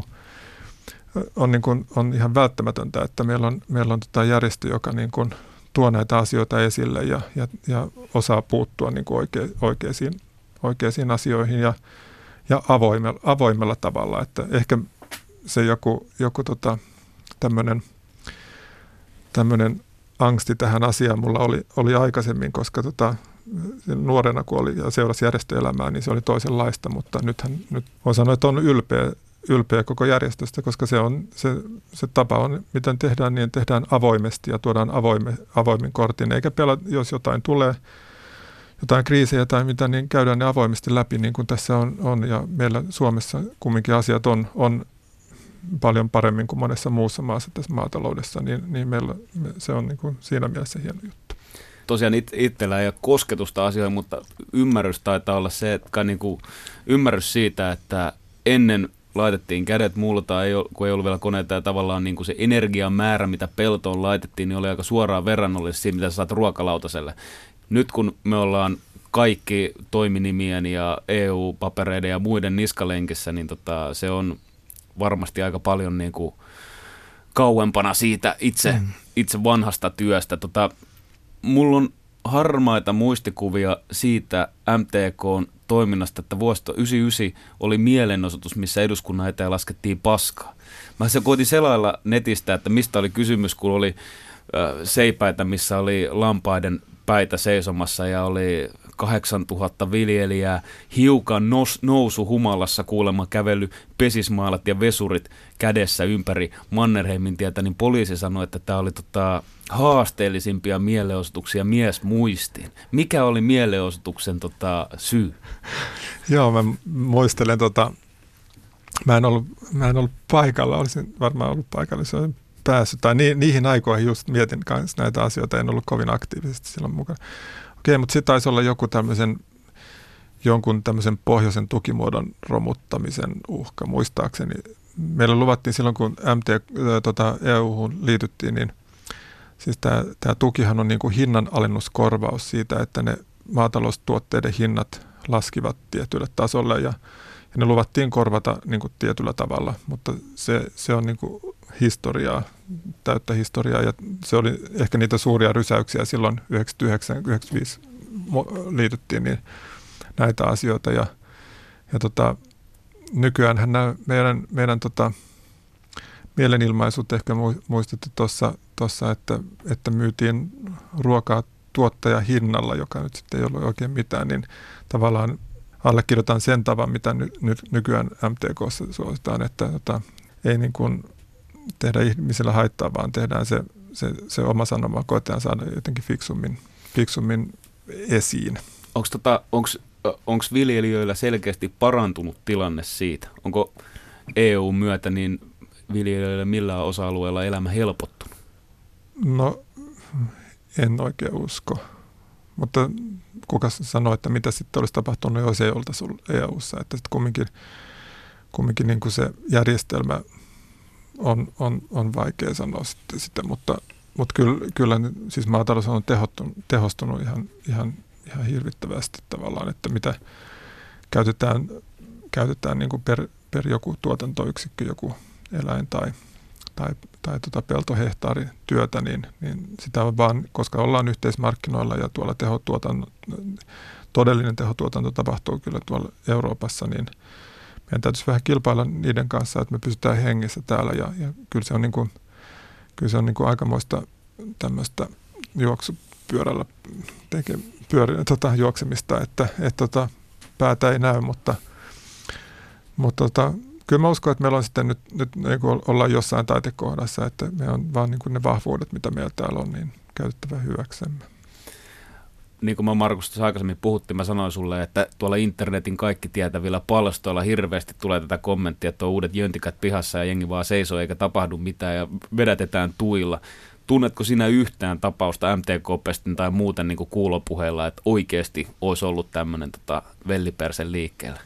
on ihan välttämätöntä, että meillä on järjestö, joka niin kuin tuo näitä asioita esille ja osaa puuttua niin kuin oikeisiin asioihin ja avoimella tavalla, että ehkä se joku tämmöinen angsti tähän asiaan mulla oli aikaisemmin, koska nuorena, kun oli ja seurasi järjestöelämää, niin se oli toisenlaista, mutta nyt voi sanoa, että on ylpeä koko järjestöstä, koska se tapa on, miten tehdään, niin tehdään avoimesti ja tuodaan avoimin kortin, eikä jos jotain tulee, jotain kriisejä tai mitä, niin käydään ne avoimesti läpi, niin kuin tässä on ja meillä Suomessa kumminkin asiat on paljon paremmin kuin monessa muussa maassa tässä maataloudessa, niin meillä se on niin kuin siinä mielessä hieno juttu.
Tosiaan itsellä ei ole kosketusta asioihin, mutta ymmärrys taitaa olla se, että niin kuin ymmärrys siitä, että ennen laitettiin kädet multaan, kun ei ollut vielä koneita ja tavallaan niin kuin se energian määrä, mitä peltoon laitettiin, niin oli aika suoraan verrannollisesti siitä, mitä sä saat ruokalautaselle. Nyt kun me ollaan kaikki toiminimien ja EU-papereiden ja muiden niskalenkissä, niin se on varmasti aika paljon niin kuin kauempana siitä itse vanhasta työstä. Mulla on harmaita muistikuvia siitä MTK:n toiminnasta, että vuosi 1999 oli mielenosoitus, missä eduskunnan eteen laskettiin paskaa. Mä koitin selailla netistä, että mistä oli kysymys, kun oli seipäitä, missä oli lampaiden päitä seisomassa ja oli 8000 viljelijää, hiukan nousuhumalassa kuulemma kävellyt pesismaalat ja vesurit kädessä ympäri Mannerheimin tietä, niin poliisi sanoi, että tämä oli haasteellisimpia mielenosoituksia miesmuistiin. Mikä oli mielenosoituksen syy?
Joo, mä muistelen, mä en ollut paikalla, olisin varmaan ollut paikalla, se on päässyt, tai niihin aikoihin just mietin kanssa näitä asioita, en ollut kovin aktiivisesti silloin mukana. Okei, mutta se taisi olla jonkun tämmöisen pohjoisen tukimuodon romuttamisen uhka, muistaakseni. Meillä luvattiin silloin, kun EU-hun liityttiin, niin siis tämä tukihan on niin kuin hinnanalennuskorvaus siitä, että ne maataloustuotteiden hinnat laskivat tietylle tasolle ja ne luvattiin korvata niin kuin tietyllä tavalla, mutta se on niin kuin täyttä historiaa ja se oli ehkä niitä suuria rysäyksiä silloin 99-95 liityttiin niin näitä asioita ja nykyäänhän nämä meidän mielenilmaisut ehkä muistitte tuossa, että myytiin ruokaa tuottajahinnalla, joka nyt sitten ei ollut oikein mitään, niin tavallaan allekirjoitan sen tavan, mitä nykyään MTK:ssa suositaan, että ei niin kuin tehdä ihmisillä haittaa, vaan tehdään se oma sanoma, koetaan saada jotenkin fiksummin esiin.
Onko viljelijöillä selkeästi parantunut tilanne siitä? Onko EU myötä niin viljelijöillä millään osa-alueella elämä helpottunut?
No, en oikein usko. Mutta kuka sanoi, että mitä sitten olisi tapahtunut, jos ei oltaisi EU:ssa. Että sitten kumminkin niin kuin se järjestelmä on vaikea sanoa sitä, mutta kyllä siis maatalous on tehostunut ihan hirvittävästi tavallaan, että mitä käytetään niin kuin per joku tuotantoyksikkö, joku eläin tai peltohehtaari työtä, niin sitä on vaan, koska ollaan yhteismarkkinoilla ja tuolla todellinen tehotuotanto tapahtuu kyllä tuolla Euroopassa, niin meidän täytyisi vähän kilpailla niiden kanssa, että me pysytään hengissä täällä ja kyllä se on niin kuin aikamoista tämmöistä juoksupyörällä juoksemista, että päätä ei näy, mutta kyllä mä uskon, että meillä on sitten nyt niin kuin ollaan jossain taitekohdassa, että me on vaan niin kuin ne vahvuudet, mitä meillä täällä on, niin käytettävä hyväksemme.
Niin kuin mä Markus tuossa aikaisemmin puhuttiin, mä sanoin sulle, että tuolla internetin kaikki tietävillä palstoilla hirveästi tulee tätä kommenttia, että on uudet jöntikät pihassa ja jengi vaan seisoo eikä tapahdu mitään ja vedätetään tuilla. Tunnetko sinä yhtään tapausta MTK-pestin tai muuten niin kuin kuulopuheilla, että oikeasti olisi ollut tämmöinen vellipersen liikkeellä?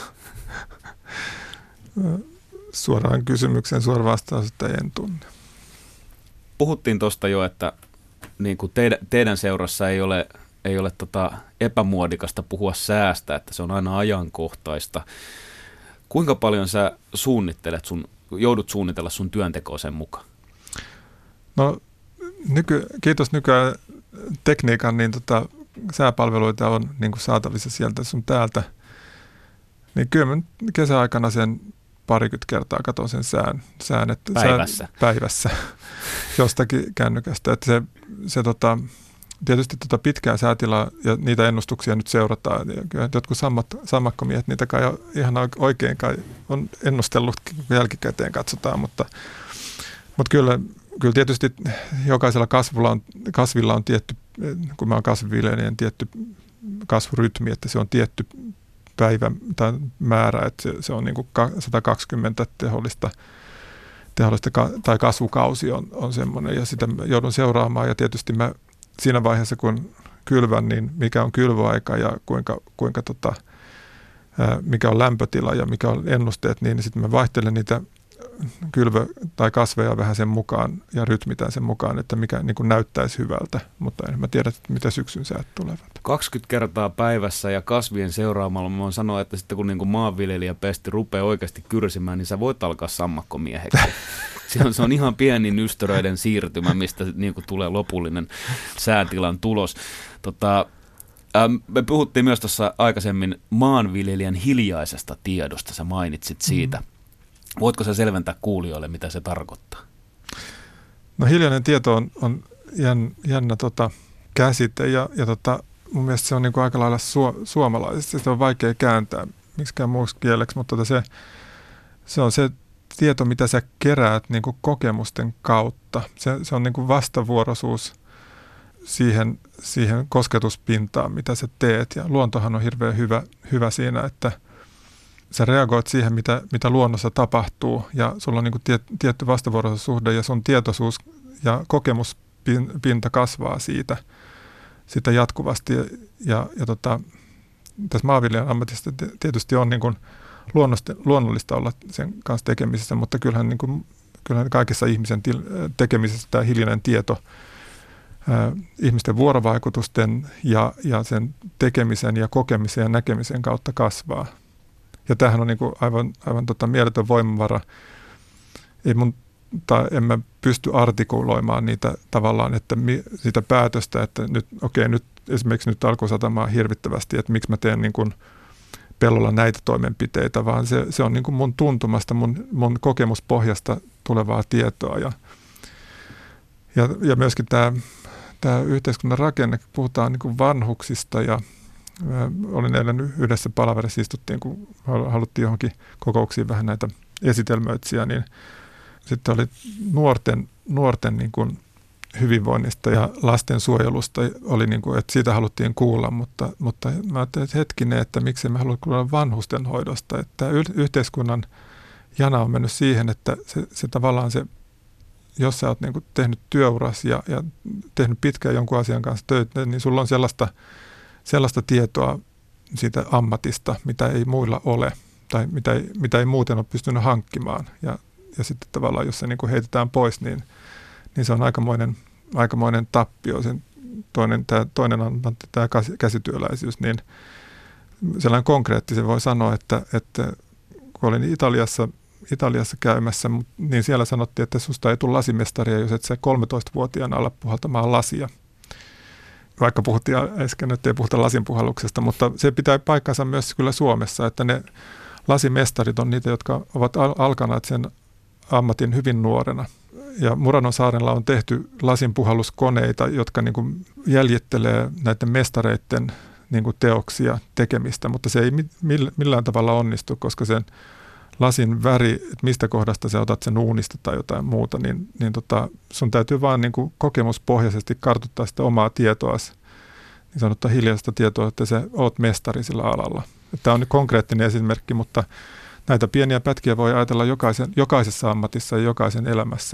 Suoraan kysymykseen suora vastaus, että en tunne.
Puhuttiin tuosta jo, että niin kuin teidän seurassa ei ole epämuodikasta puhua säästä, että se on aina ajankohtaista. Kuinka paljon sä joudut suunnitella sun työntekoa sen mukaan? No
kiitos nykyään tekniikan, niin sääpalveluita on niin kuin saatavissa sieltä sun täältä. Niin kyllä mä kesäaikana sen parikymmentä kertaa katson sen sään että
päivässä
jostakin kännykästä. Että tietysti pitkää säätilaa ja niitä ennustuksia nyt seurataan. Ja jotkut sammakkomiehet niitä kai ihan oikein kai on ennustellut, kun jälkikäteen katsotaan, mutta kyllä tietysti jokaisella kasvilla on tietty, kun mä oon kasviviljelijä, niin tietty kasvurytmi, että se on tietty päivä tai määrä, että se on niin kuin 120 tehollista tai kasvukausi on semmoinen, ja sitä joudun seuraamaan, ja tietysti mä siinä vaiheessa, kun kylvän, niin mikä on kylvöaika ja mikä on lämpötila ja mikä on ennusteet, niin sitten mä vaihtelen niitä tai kasveja vähän sen mukaan ja rytmitän sen mukaan, että mikä niin kuin näyttäisi hyvältä, mutta en mä tiedä, että mitä syksyn säät tulevat. 20
kertaa päivässä ja kasvien seuraamalla mä voin sanoa, että sitten kun niin kuin maanviljelijä pesti rupeaa oikeasti kyrsimään, niin sä voit alkaa sammakkomieheksi. Se on ihan pieni nystöröiden siirtymä, mistä niin kuin tulee lopullinen säätilan tulos. Me puhuttiin myös tuossa aikaisemmin maanviljelijän hiljaisesta tiedosta, sä mainitsit siitä. Voitko sä selventää kuulijoille, mitä se tarkoittaa?
No hiljainen tieto on jännä käsite ja mun mielestä se on niin kuin aika lailla suomalaisesti. Sitä on vaikea kääntää miksikään muuksi kieleksi, mutta se on se tieto, mitä sä keräät niin kuin kokemusten kautta. Se on niin kuin vastavuoroisuus siihen kosketuspintaan, mitä sä teet. Ja luontohan on hirveän hyvä siinä, että sä reagoit siihen, mitä luonnossa tapahtuu, ja sulla on niin kuin tietty vastavuoroisuussuhde, ja sun tietoisuus ja kokemuspinta kasvaa siitä jatkuvasti. Ja tässä maanviljelijän ammatissa tietysti on niin kuin luonnollista olla sen kanssa tekemisessä, mutta kyllähän kaikessa ihmisen tekemisessä tämä hiljainen tieto ihmisten vuorovaikutusten ja sen tekemisen ja kokemisen ja näkemisen kautta kasvaa. Ja tämähän on niin kuin aivan mieletön voimavara. En mä pysty artikuloimaan niitä tavallaan, että sitä päätöstä, että nyt esimerkiksi nyt alkoi satamaan hirvittävästi, että miksi mä teen niin kuin pellolla näitä toimenpiteitä, vaan se on niin kuin mun tuntumasta, mun kokemuspohjasta tulevaa tietoa. Ja myöskin tämä yhteiskunnan rakenne, puhutaan niin kuin vanhuksista, ja olin eilen yhdessä palaverissa, istuttiin, kun haluttiin johonkin kokouksiin vähän näitä esitelmöitsiä, niin sitten oli nuorten niin kuin hyvinvoinnista ja lastensuojelusta, oli niin kuin, että siitä haluttiin kuulla, mutta mä ajattelin, että hetkinen, että miksi me haluamme kuulla vanhustenhoidosta, että yhteiskunnan jana on mennyt siihen, että se tavallaan se, jos sä oot niin kuin tehnyt työuras ja tehnyt pitkään jonkun asian kanssa töitä, niin sulla on sellaista tietoa siitä ammatista, mitä ei muilla ole tai mitä ei muuten ole pystynyt hankkimaan. Ja sitten tavallaan, jos se niin kuin heitetään pois, niin se on aikamoinen tappio. Sen toinen ammatti, tämä käsityöläisyys, niin sellainen konkreettisen voi sanoa, että kun olin Italiassa käymässä, niin siellä sanottiin, että susta ei tule lasimestaria, jos et sä 13-vuotiaana ala puhaltamaan lasia. Vaikka puhuttiin äsken, että ei puhuta lasinpuhalluksesta, mutta se pitää paikkansa myös kyllä Suomessa, että ne lasimestarit on niitä, jotka ovat alkaneet sen ammatin hyvin nuorena. Ja Muranon saarella on tehty lasinpuhalluskoneita, jotka niin kuin jäljittelee näiden mestareiden niin kuin teoksia tekemistä, mutta se ei millään tavalla onnistu, koska sen lasin väri, että mistä kohdasta sä otat sen uunista tai jotain muuta, niin sun täytyy vaan niin kuin kokemuspohjaisesti kartoittaa sitä omaa tietoasi, niin sanottua hiljaista tietoa, että sä oot mestari sillä alalla. Tämä on nyt konkreettinen esimerkki, mutta näitä pieniä pätkiä voi ajatella jokaisessa ammatissa ja jokaisen elämässä.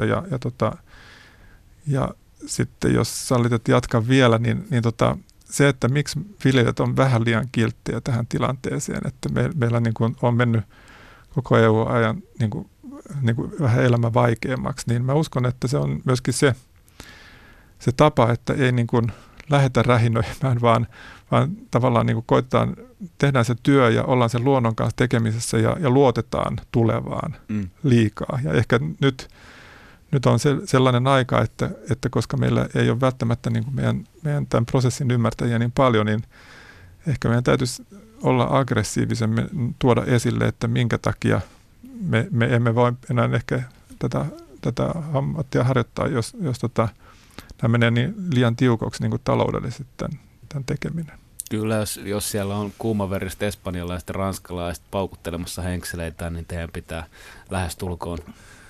Ja sitten jos sallit, että jatkan vielä, niin se, että miksi viljelijät on vähän liian kilttejä tähän tilanteeseen, että meillä niin kuin on mennyt koko EU-ajan niin kuin vähän elämä vaikeammaksi, niin mä uskon, että se on myöskin se tapa, että ei niin kuin lähdetä rähinöimään, vaan tavallaan niin kuin tehdään se työ ja ollaan sen luonnon kanssa tekemisessä ja luotetaan tulevaan liikaa. Ja ehkä nyt on sellainen aika, että koska meillä ei ole välttämättä niin kuin meidän tämän prosessin ymmärtäjiä niin paljon, niin ehkä meidän täytyisi olla aggressiivisemmin, tuoda esille, että minkä takia me emme voi enää ehkä tätä ammattia harjoittaa, jos nämä menee niin liian tiukoksi niin kuin taloudellisesti tämän tekeminen.
Kyllä, jos siellä on kuumaveristä espanjalaiset ja ranskalaiset paukuttelemassa henkseleitä, niin teidän pitää lähestulkoon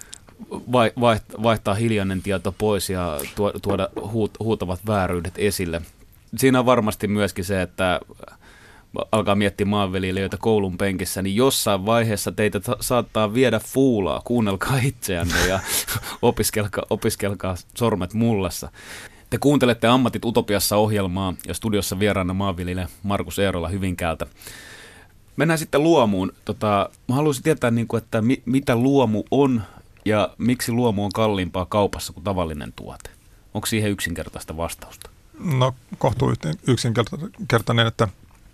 vaihtaa hiljainen tieto pois ja tuoda huutavat vääryydet esille. Siinä on varmasti myöskin se, että alkaa miettiä maanviljelijöitä koulun penkissä, niin jossain vaiheessa teitä saattaa viedä fuulaa. Kuunnelkaa itseänne ja opiskelkaa sormet mullassa. Te kuuntelette Ammatit Utopiassa -ohjelmaa ja studiossa vieraana maanviljelijä Markus Eerola Hyvinkäältä. Mennään sitten luomuun. Mä haluaisin tietää, että mitä luomu on ja miksi luomu on kalliimpaa kaupassa kuin tavallinen tuote. Onko siihen yksinkertaista vastausta?
No kohtuu yksinkertainen, että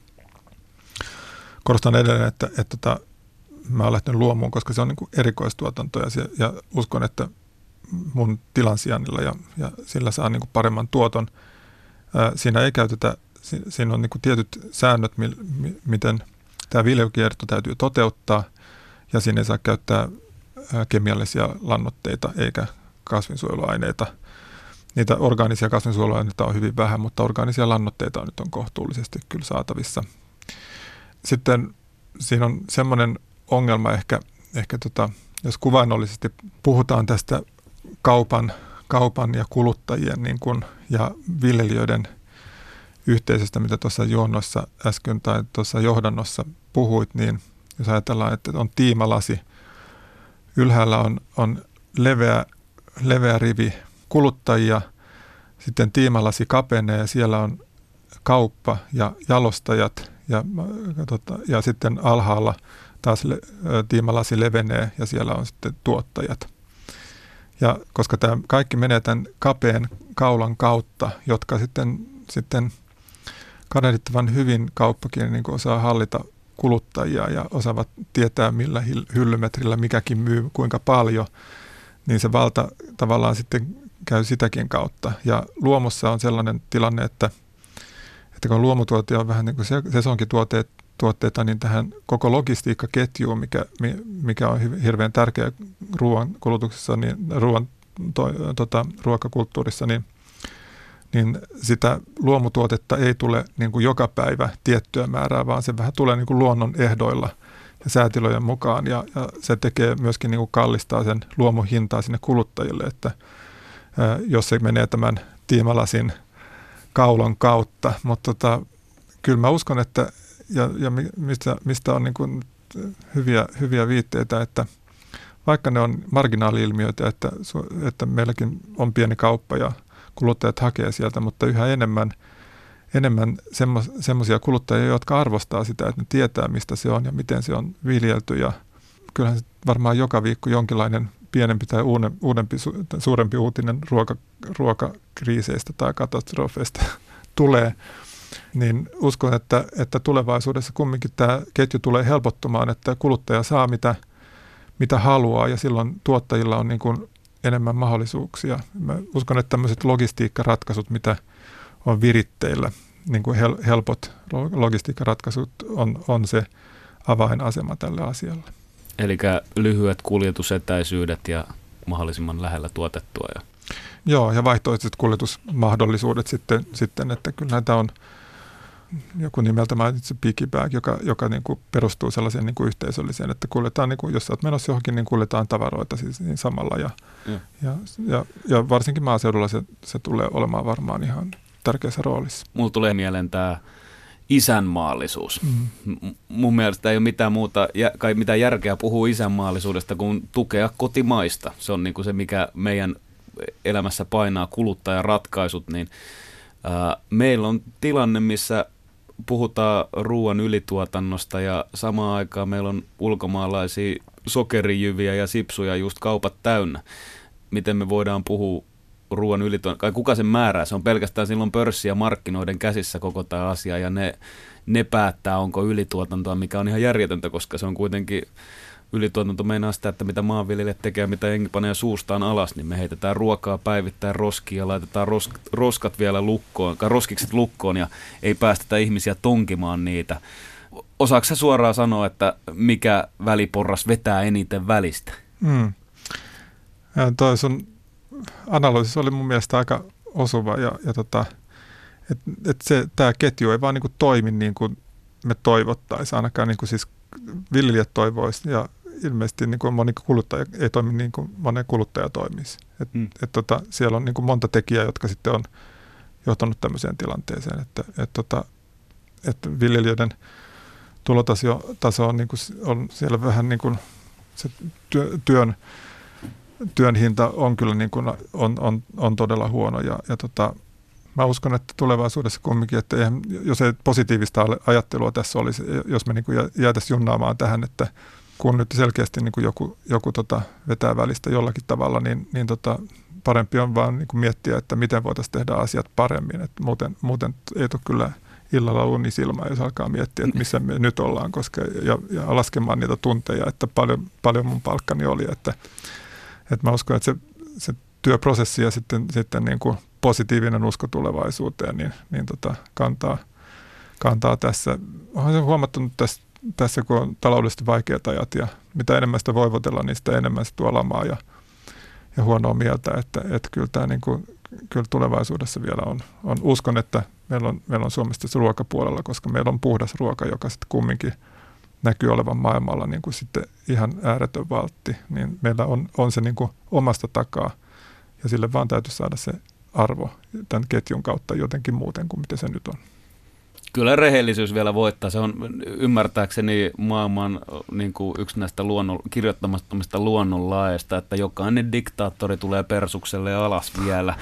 korostan edelleen, että mä olen lähtenyt luomuun, koska se on niin kuin erikoistuotanto ja uskon, että mun tilan sijainnilla ja sillä saa niin kuin paremman tuoton. Siinä ei käytetä, siinä on niin kuin tietyt säännöt, miten tämä viljelykierto täytyy toteuttaa ja siinä ei saa käyttää kemiallisia lannoitteita eikä kasvinsuojeluaineita. Niitä orgaanisia kasvinsuojeluaineita on hyvin vähän, mutta orgaanisia lannoitteita nyt on kohtuullisesti kyllä saatavissa. Sitten siinä on semmoinen ongelma ehkä jos kuvainnollisesti puhutaan tästä kaupan ja kuluttajien niin kuin, ja viljelijöiden yhteisöstä, mitä tuossa juonnossa äsken tai tuossa johdannossa puhuit, niin jos ajatellaan, että on tiimalasi, ylhäällä on leveä rivi kuluttajia, sitten tiimalasi kapenee ja siellä on kauppa ja jalostajat ja sitten alhaalla taas tiimalasi levenee ja siellä on sitten tuottajat. Ja koska tämä kaikki menee tämän kapean kaulan kautta, jotka sitten kadehdittavan hyvin kauppakin niin kuin osaa hallita kuluttajia ja osaavat tietää millä hyllymetrillä mikäkin myy kuinka paljon, niin se valta tavallaan sitten käy sitäkin kautta. Ja luomussa on sellainen tilanne, että kun luomutuote on vähän niin kuin sesonkituotteita, niin tähän koko logistiikkaketjuun, mikä on hirveän tärkeä ruoan kulutuksessa, niin ruokakulttuurissa, niin sitä luomutuotetta ei tule niin kuin joka päivä tiettyä määrää, vaan se vähän tulee niin kuin luonnon ehdoilla ja säätilojen mukaan, ja se tekee myöskin niin kuin kallistaa sen luomun hintaa sinne kuluttajille, että jos se menee tämän tiimalasin kaulan kautta, mutta kyllä mä uskon, että ja mistä on niin kuin hyviä viitteitä, että vaikka ne on marginaali-ilmiöitä, että meilläkin on pieni kauppa ja kuluttajat hakee sieltä, mutta yhä enemmän semmoisia kuluttajia, jotka arvostaa sitä, että ne tietää, mistä se on ja miten se on viljelty. Ja kyllähän varmaan joka viikko jonkinlainen pienempi tai suurempi uutinen ruokakriiseistä tai katastrofeista tulee. Niin uskon, että tulevaisuudessa kumminkin tämä ketju tulee helpottumaan, että kuluttaja saa mitä haluaa ja silloin tuottajilla on niin kuin enemmän mahdollisuuksia. Mä uskon, että tämmöiset logistiikkaratkaisut, mitä on viritteillä, niin kuin helpot logistiikkaratkaisut on se avainasema tälle asialle.
Eli lyhyet kuljetusetäisyydet ja mahdollisimman lähellä tuotettua.
Joo, ja vaihtoehtoiset kuljetusmahdollisuudet sitten, että kyllä näitä on joku nimeltä mainitsi piggyback, joka niin kuin perustuu sellaiseen niin kuin yhteisölliseen, että kuljetaan, niin kuin, jos olet menossa johonkin, niin kuljetaan tavaroita siis niin samalla. Ja varsinkin maaseudulla se tulee olemaan varmaan ihan tärkeässä roolissa.
Mulla tulee mieleen tämä isänmaallisuus. Mun mielestä ei ole mitään järkeä puhua isänmaallisuudesta, kun tukea kotimaista. Se on niin kuin se, mikä meidän elämässä painaa kuluttajaratkaisut, niin meillä on tilanne, missä puhutaan ruoan ylituotannosta ja samaan aikaan meillä on ulkomaalaisia sokerijyviä ja sipsuja just kaupat täynnä. Miten me voidaan puhua ruoan ylituotannosta? Kuka sen määrää? Se on pelkästään silloin pörssi- ja markkinoiden käsissä koko tämä asia ja ne päättää, onko ylituotantoa, mikä on ihan järjetöntä, koska se on kuitenkin ylituotanto meinaa sitä, että mitä maanviljelijät tekee, mitä jengi panee suustaan alas, niin me heitetään ruokaa päivittäin roskiin ja laitetaan roskat vielä lukkoon, roskikset lukkoon ja ei päästetä ihmisiä tonkimaan niitä. Osaatko sä suoraan sanoa, että mikä väliporras vetää eniten välistä?
Toi sun analyysi oli mun mielestä osuva ja tämä ketju ei vaan niin kuin toimi niin kuin me toivottaisiin, ainakaan niin kuin siis viljelijät toivoisi ja ilmeisesti niin kuin moni kuluttaja ei toimi niin kuin moni kuluttaja toimisi. Siellä on niin kuin monta tekijää, jotka sitten on johtanut tämmöiseen tilanteeseen, että viljelijöiden tulotaso on, niin kuin, on siellä vähän niin kuin se työn hinta on kyllä niin kuin on todella huono ja mä uskon, että tulevaisuudessa kumminkin, että jos ei positiivista ajattelua tässä olisi, jos me niin kuin jäätäisiin junnaamaan tähän, että kun nyt selkeästi niin kuin joku vetää välistä jollakin tavalla, niin parempi on vaan niin kuin miettiä, että miten voitaisiin tehdä asiat paremmin. Että muuten ei tule kyllä illalla uni silmään, jos alkaa miettiä, että missä me nyt ollaan, koska, ja laskemaan niitä tunteja, että paljon mun palkkani oli. Että mä uskon, että se työprosessi ja sitten niin kuin positiivinen usko tulevaisuuteen niin kantaa tässä. Olen sen huomattanut tässä, kun on taloudellisesti vaikeat ajat ja mitä enemmän sitä voivotella, niin sitä enemmän se tuo lamaa ja huonoa mieltä, että kyllä tämä niin kuin, kyllä tulevaisuudessa vielä on. Uskon, että meillä on Suomessa tässä ruokapuolella, koska meillä on puhdas ruoka, joka sitten kumminkin näkyy olevan maailmalla niin kuin sitten ihan ääretön valtti, niin meillä on se niin kuin omasta takaa ja sille vaan täytyy saada se arvo tämän ketjun kautta jotenkin muuten kuin miten se nyt on.
Kyllä rehellisyys vielä voittaa. Se on ymmärtääkseni maailman niin kuin yksi näistä kirjoittamattomista luonnonlaeista, että jokainen diktaattori tulee persukselle alas vielä.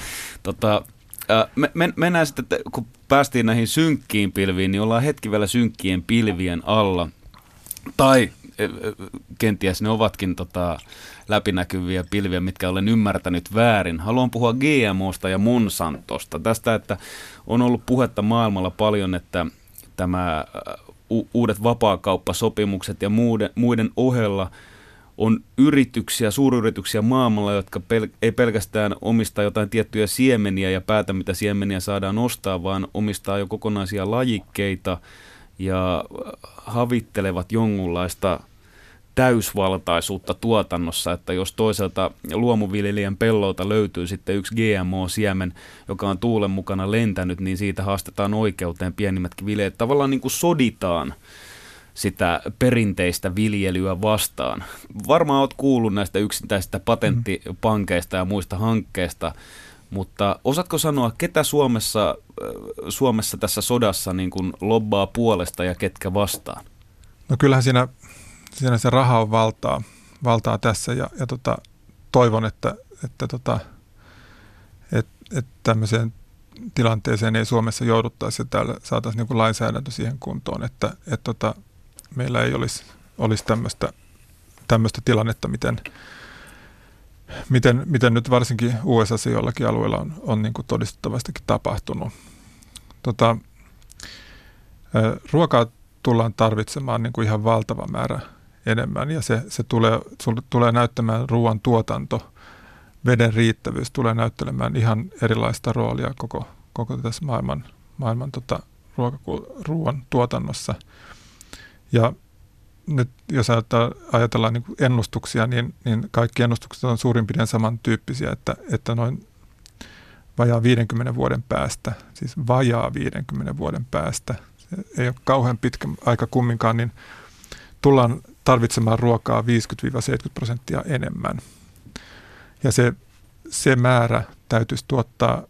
Mennään sitten, kun päästiin näihin synkkiin pilviin, niin ollaan hetki vielä synkkien pilvien alla. Tai kenties ne ovatkin läpinäkyviä pilviä, mitkä olen ymmärtänyt väärin. Haluan puhua GMOsta ja Monsantosta. Tästä, että on ollut puhetta maailmalla paljon, että tämä uudet vapaakauppasopimukset ja muiden ohella on suuryrityksiä maailmalla, jotka ei pelkästään omista jotain tiettyjä siemeniä ja päätä, mitä siemeniä saadaan ostaa, vaan omistaa jo kokonaisia lajikkeita ja havittelevat jonkunlaista täysvaltaisuutta tuotannossa, että jos toiselta luomuviljelijän pellolta löytyy sitten yksi GMO-siemen, joka on tuulen mukana lentänyt, niin siitä haastetaan oikeuteen pienimmätkin viljelijät. Tavallaan niin kuin soditaan sitä perinteistä viljelyä vastaan. Varmaan olet kuullut näistä yksittäisistä patenttipankeista ja muista hankkeista, mutta osaatko sanoa, ketä Suomessa tässä sodassa niin kuin lobbaa puolesta ja ketkä vastaan?
No kyllähän siinä se raha on valtaa tässä ja toivon, että tämmöiseen tilanteeseen ei Suomessa jouduttaisi ja täällä saataisiin niin kuin lainsäädäntö siihen kuntoon, että meillä ei olisi tämmöistä tilannetta, miten nyt varsinkin USA:ssa jollakin alueella on niin kuin todistettavastikin tapahtunut. Ruokaa tullaan tarvitsemaan niin kuin ihan valtava määrä enemmän ja se tulee näyttämään ruoan tuotanto, veden riittävyys tulee näyttelemään ihan erilaista roolia koko tässä maailman ruoan tuotannossa. Ja nyt jos ajatellaan niin kuin ennustuksia, niin kaikki ennustukset on suurin piirtein samantyyppisiä, että noin vajaa 50 vuoden päästä, siis vajaa 50 vuoden päästä, ei ole kauhean pitkä aika kumminkaan, niin tullaan tarvitsemaan ruokaa 50-70% enemmän. Ja se määrä täytyisi tuottaa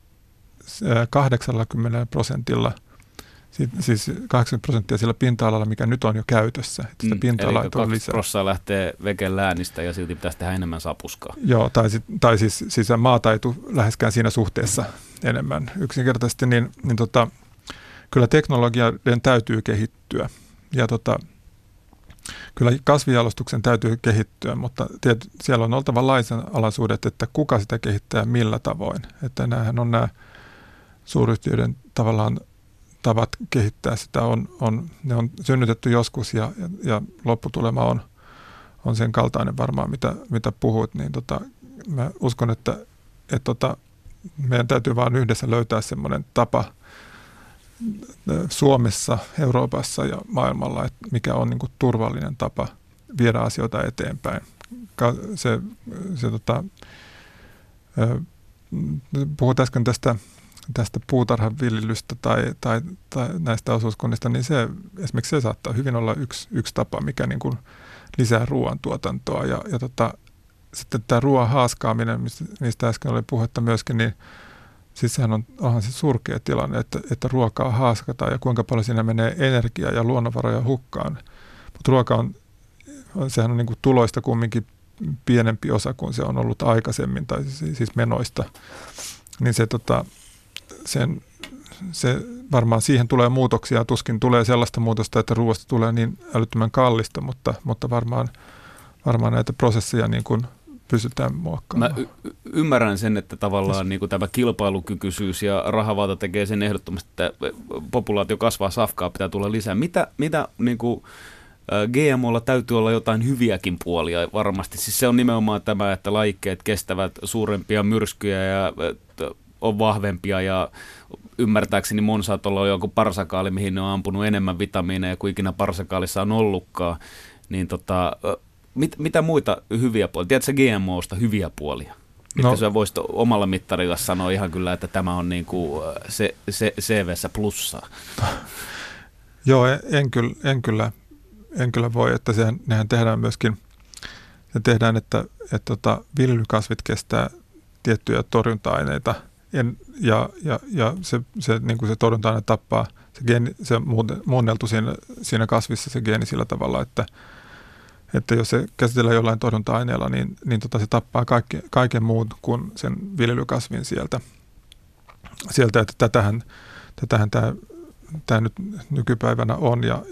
80%, siis 80% sillä pinta-alalla, mikä nyt on jo käytössä. Että sitä pinta-alaa
eli 2% lähtee veken läänistä ja silti pitäisi tehdä enemmän sapuskaa.
Joo, tai siis maata ei tule läheskään siinä suhteessa enemmän. Yksinkertaisesti niin kyllä teknologian täytyy kehittyä ja kyllä kasvijalostuksen täytyy kehittyä, mutta siellä on oltava lainalaisuudet, että kuka sitä kehittää ja millä tavoin. Että näähän on nämä suuryhtiöiden tavallaan tavat kehittää sitä, ne on synnytetty joskus ja lopputulema on sen kaltainen varmaan, mitä puhuit, niin mä uskon, että meidän täytyy vaan yhdessä löytää semmoinen tapa Suomessa, Euroopassa ja maailmalla, että mikä on niin kuin turvallinen tapa viedä asioita eteenpäin. puhut äsken tästä puutarhan viljelystä tai näistä osuuskunnista, niin esimerkiksi se saattaa hyvin olla yksi tapa, mikä niin kuin lisää ruoantuotantoa. Ja sitten tämä ruoan haaskaaminen, mistä äsken oli puhetta myöskin, niin siis sehän onhan se surkea tilanne, että ruokaa haaskataan ja kuinka paljon siinä menee energiaa ja luonnonvaroja hukkaan. Mutta ruoka sehän on niin kuin tuloista kumminkin pienempi osa kuin se on ollut aikaisemmin, tai siis menoista. Niin se varmaan siihen tulee muutoksia, tuskin tulee sellaista muutosta, että ruoasta tulee niin älyttömän kallista, mutta varmaan näitä prosesseja niin kuin pystytään muokkaamaan.
Mä ymmärrän sen, että tavallaan niin kuin tämä kilpailukykyisyys ja rahavalta tekee sen ehdottomasti, että populaatio kasvaa, safkaa pitää tulla lisää. Mitä niin kuin GMOlla täytyy olla jotain hyviäkin puolia varmasti. Siis se on nimenomaan tämä, että lajikkeet kestävät suurempia myrskyjä ja on vahvempia ja ymmärtääkseni Monsatolla on joku parsakaali, mihin ne on ampunut enemmän vitamiineja kuin ikinä parsakaalissa on ollutkaan. Niin mitä muita hyviä puolia? Tiedätkö GMOsta hyviä puolia? Mitkä sä voisit omalla mittarilla sanoa ihan kyllä, että tämä on niin kuin CV:ssä plussaa?
Joo, en kyllä voi, että nehän tehdään myöskin, että viljelykasvit kestää tiettyjä torjunta-aineita ja se niin kuin se torjunta-aine tappaa, se on muunneltu siinä kasvissa se geeni sillä tavalla, että jos se käsitellään jollain torjunta-aineella, niin se tappaa kaiken muun kuin sen viljelykasvin sieltä että tätähän tämä nyt nykypäivänä on ja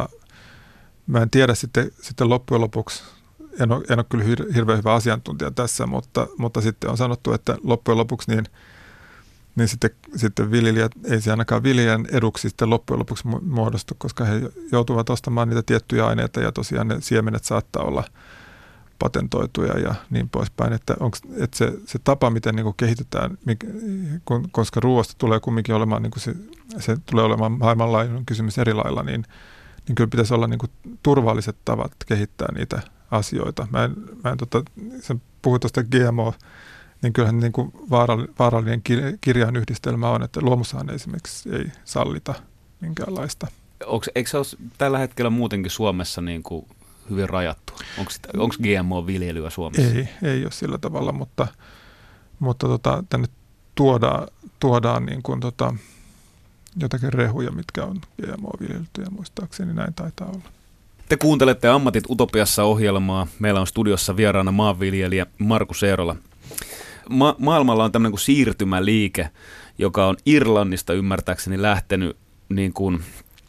mä en tiedä sitten loppujen lopuksi, en ole kyllä hirveän hyvä asiantuntija tässä, mutta sitten on sanottu, että loppujen lopuksi niin sitten viljelijät, ei se ainakaan viljelijän eduksi sitten loppujen lopuksi muodostu, koska he joutuvat ostamaan niitä tiettyjä aineita ja tosiaan ne siemenet saattaa olla patentoituja ja niin poispäin, että se tapa, miten niin kuin kehitetään, koska ruoasta tulee kumminkin olemaan, niin kuin se tulee olemaan maailmanlaajuinen kysymys eri lailla, niin kyllä pitäisi olla niin kuin turvalliset tavat kehittää niitä asioita. Sä puhuit tuosta GMO, niin kyllähän niin kuin vaarallinen kirjainyhdistelmä on, että luomussahan esimerkiksi ei sallita minkäänlaista.
Eikö se ole tällä hetkellä muutenkin Suomessa niin kuin hyvin rajattu? Onko GMO-viljelyä Suomessa?
Ei ole sillä tavalla, mutta tänne tuodaan niin kuin jotakin rehuja, mitkä on GMO-viljelytyjä muistaakseni, näin taitaa olla.
Te kuuntelette Ammatit Utopiassa -ohjelmaa. Meillä on studiossa vieraana maanviljelijä Markus Eerola. Maailmalla on tämmöinen kuin siirtymäliike, joka on Irlannista ymmärtääkseni lähtenyt niin kuin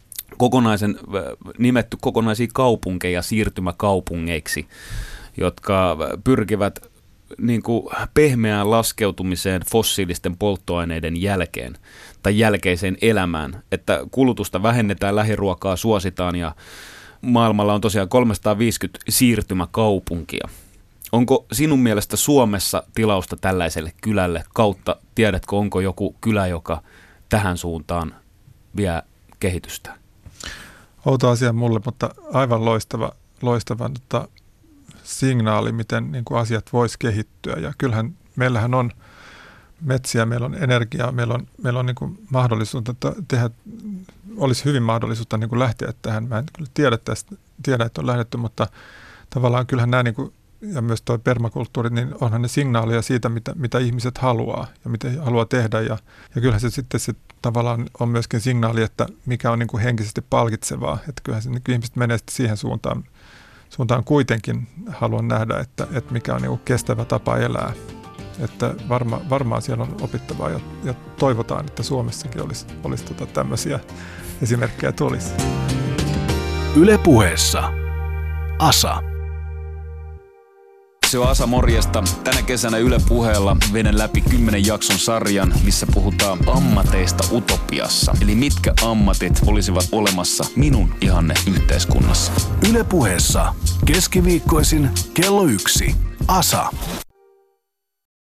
nimetty kokonaisia kaupunkeja siirtymäkaupungeiksi, jotka pyrkivät niin kuin pehmeään laskeutumiseen fossiilisten polttoaineiden jälkeen tai jälkeiseen elämään, että kulutusta vähennetään, lähiruokaa suositaan ja maailmalla on tosiaan 350 siirtymäkaupunkia. Onko sinun mielestä Suomessa tilausta tällaiselle kylälle kautta? Tiedätkö, onko joku kylä, joka tähän suuntaan vie kehitystä?
Outo asia mulle, mutta aivan loistava signaali, miten niin kuin asiat vois kehittyä. Ja kyllähän meillähän on metsiä, meillä on energiaa, meillä on niin kuin mahdollisuutta tehdä, olisi hyvin mahdollisuutta niin kuin lähteä tähän. Mä en kyllä tiedä, että on lähdetty, mutta tavallaan kyllähän nämä, niin kuin, ja myös tuo permakulttuuri, niin onhan ne signaalia siitä, mitä ihmiset haluaa ja mitä haluaa tehdä. Ja kyllähän se sitten se tavallaan on myöskin signaali, että mikä on niin kuin henkisesti palkitsevaa. Että kyllähän se, niin kuin ihmiset menee sitten siihen suuntaan kuitenkin haluan nähdä, että mikä on niin kuin kestävä tapa elää. Että varmaan siellä on opittavaa ja toivotaan, että Suomessakin olisi tämmöisiä esimerkkejä tulisi.
Yle Puheessa Asa.
Se on Asa, morjesta. Tänä kesänä Yle Puheella veden läpi 10 jakson sarjan, missä puhutaan ammateista utopiassa. Eli mitkä ammatit olisivat olemassa minun ihanne-yhteiskunnassa.
Yle Puheessa keskiviikkoisin kello 1. Asa.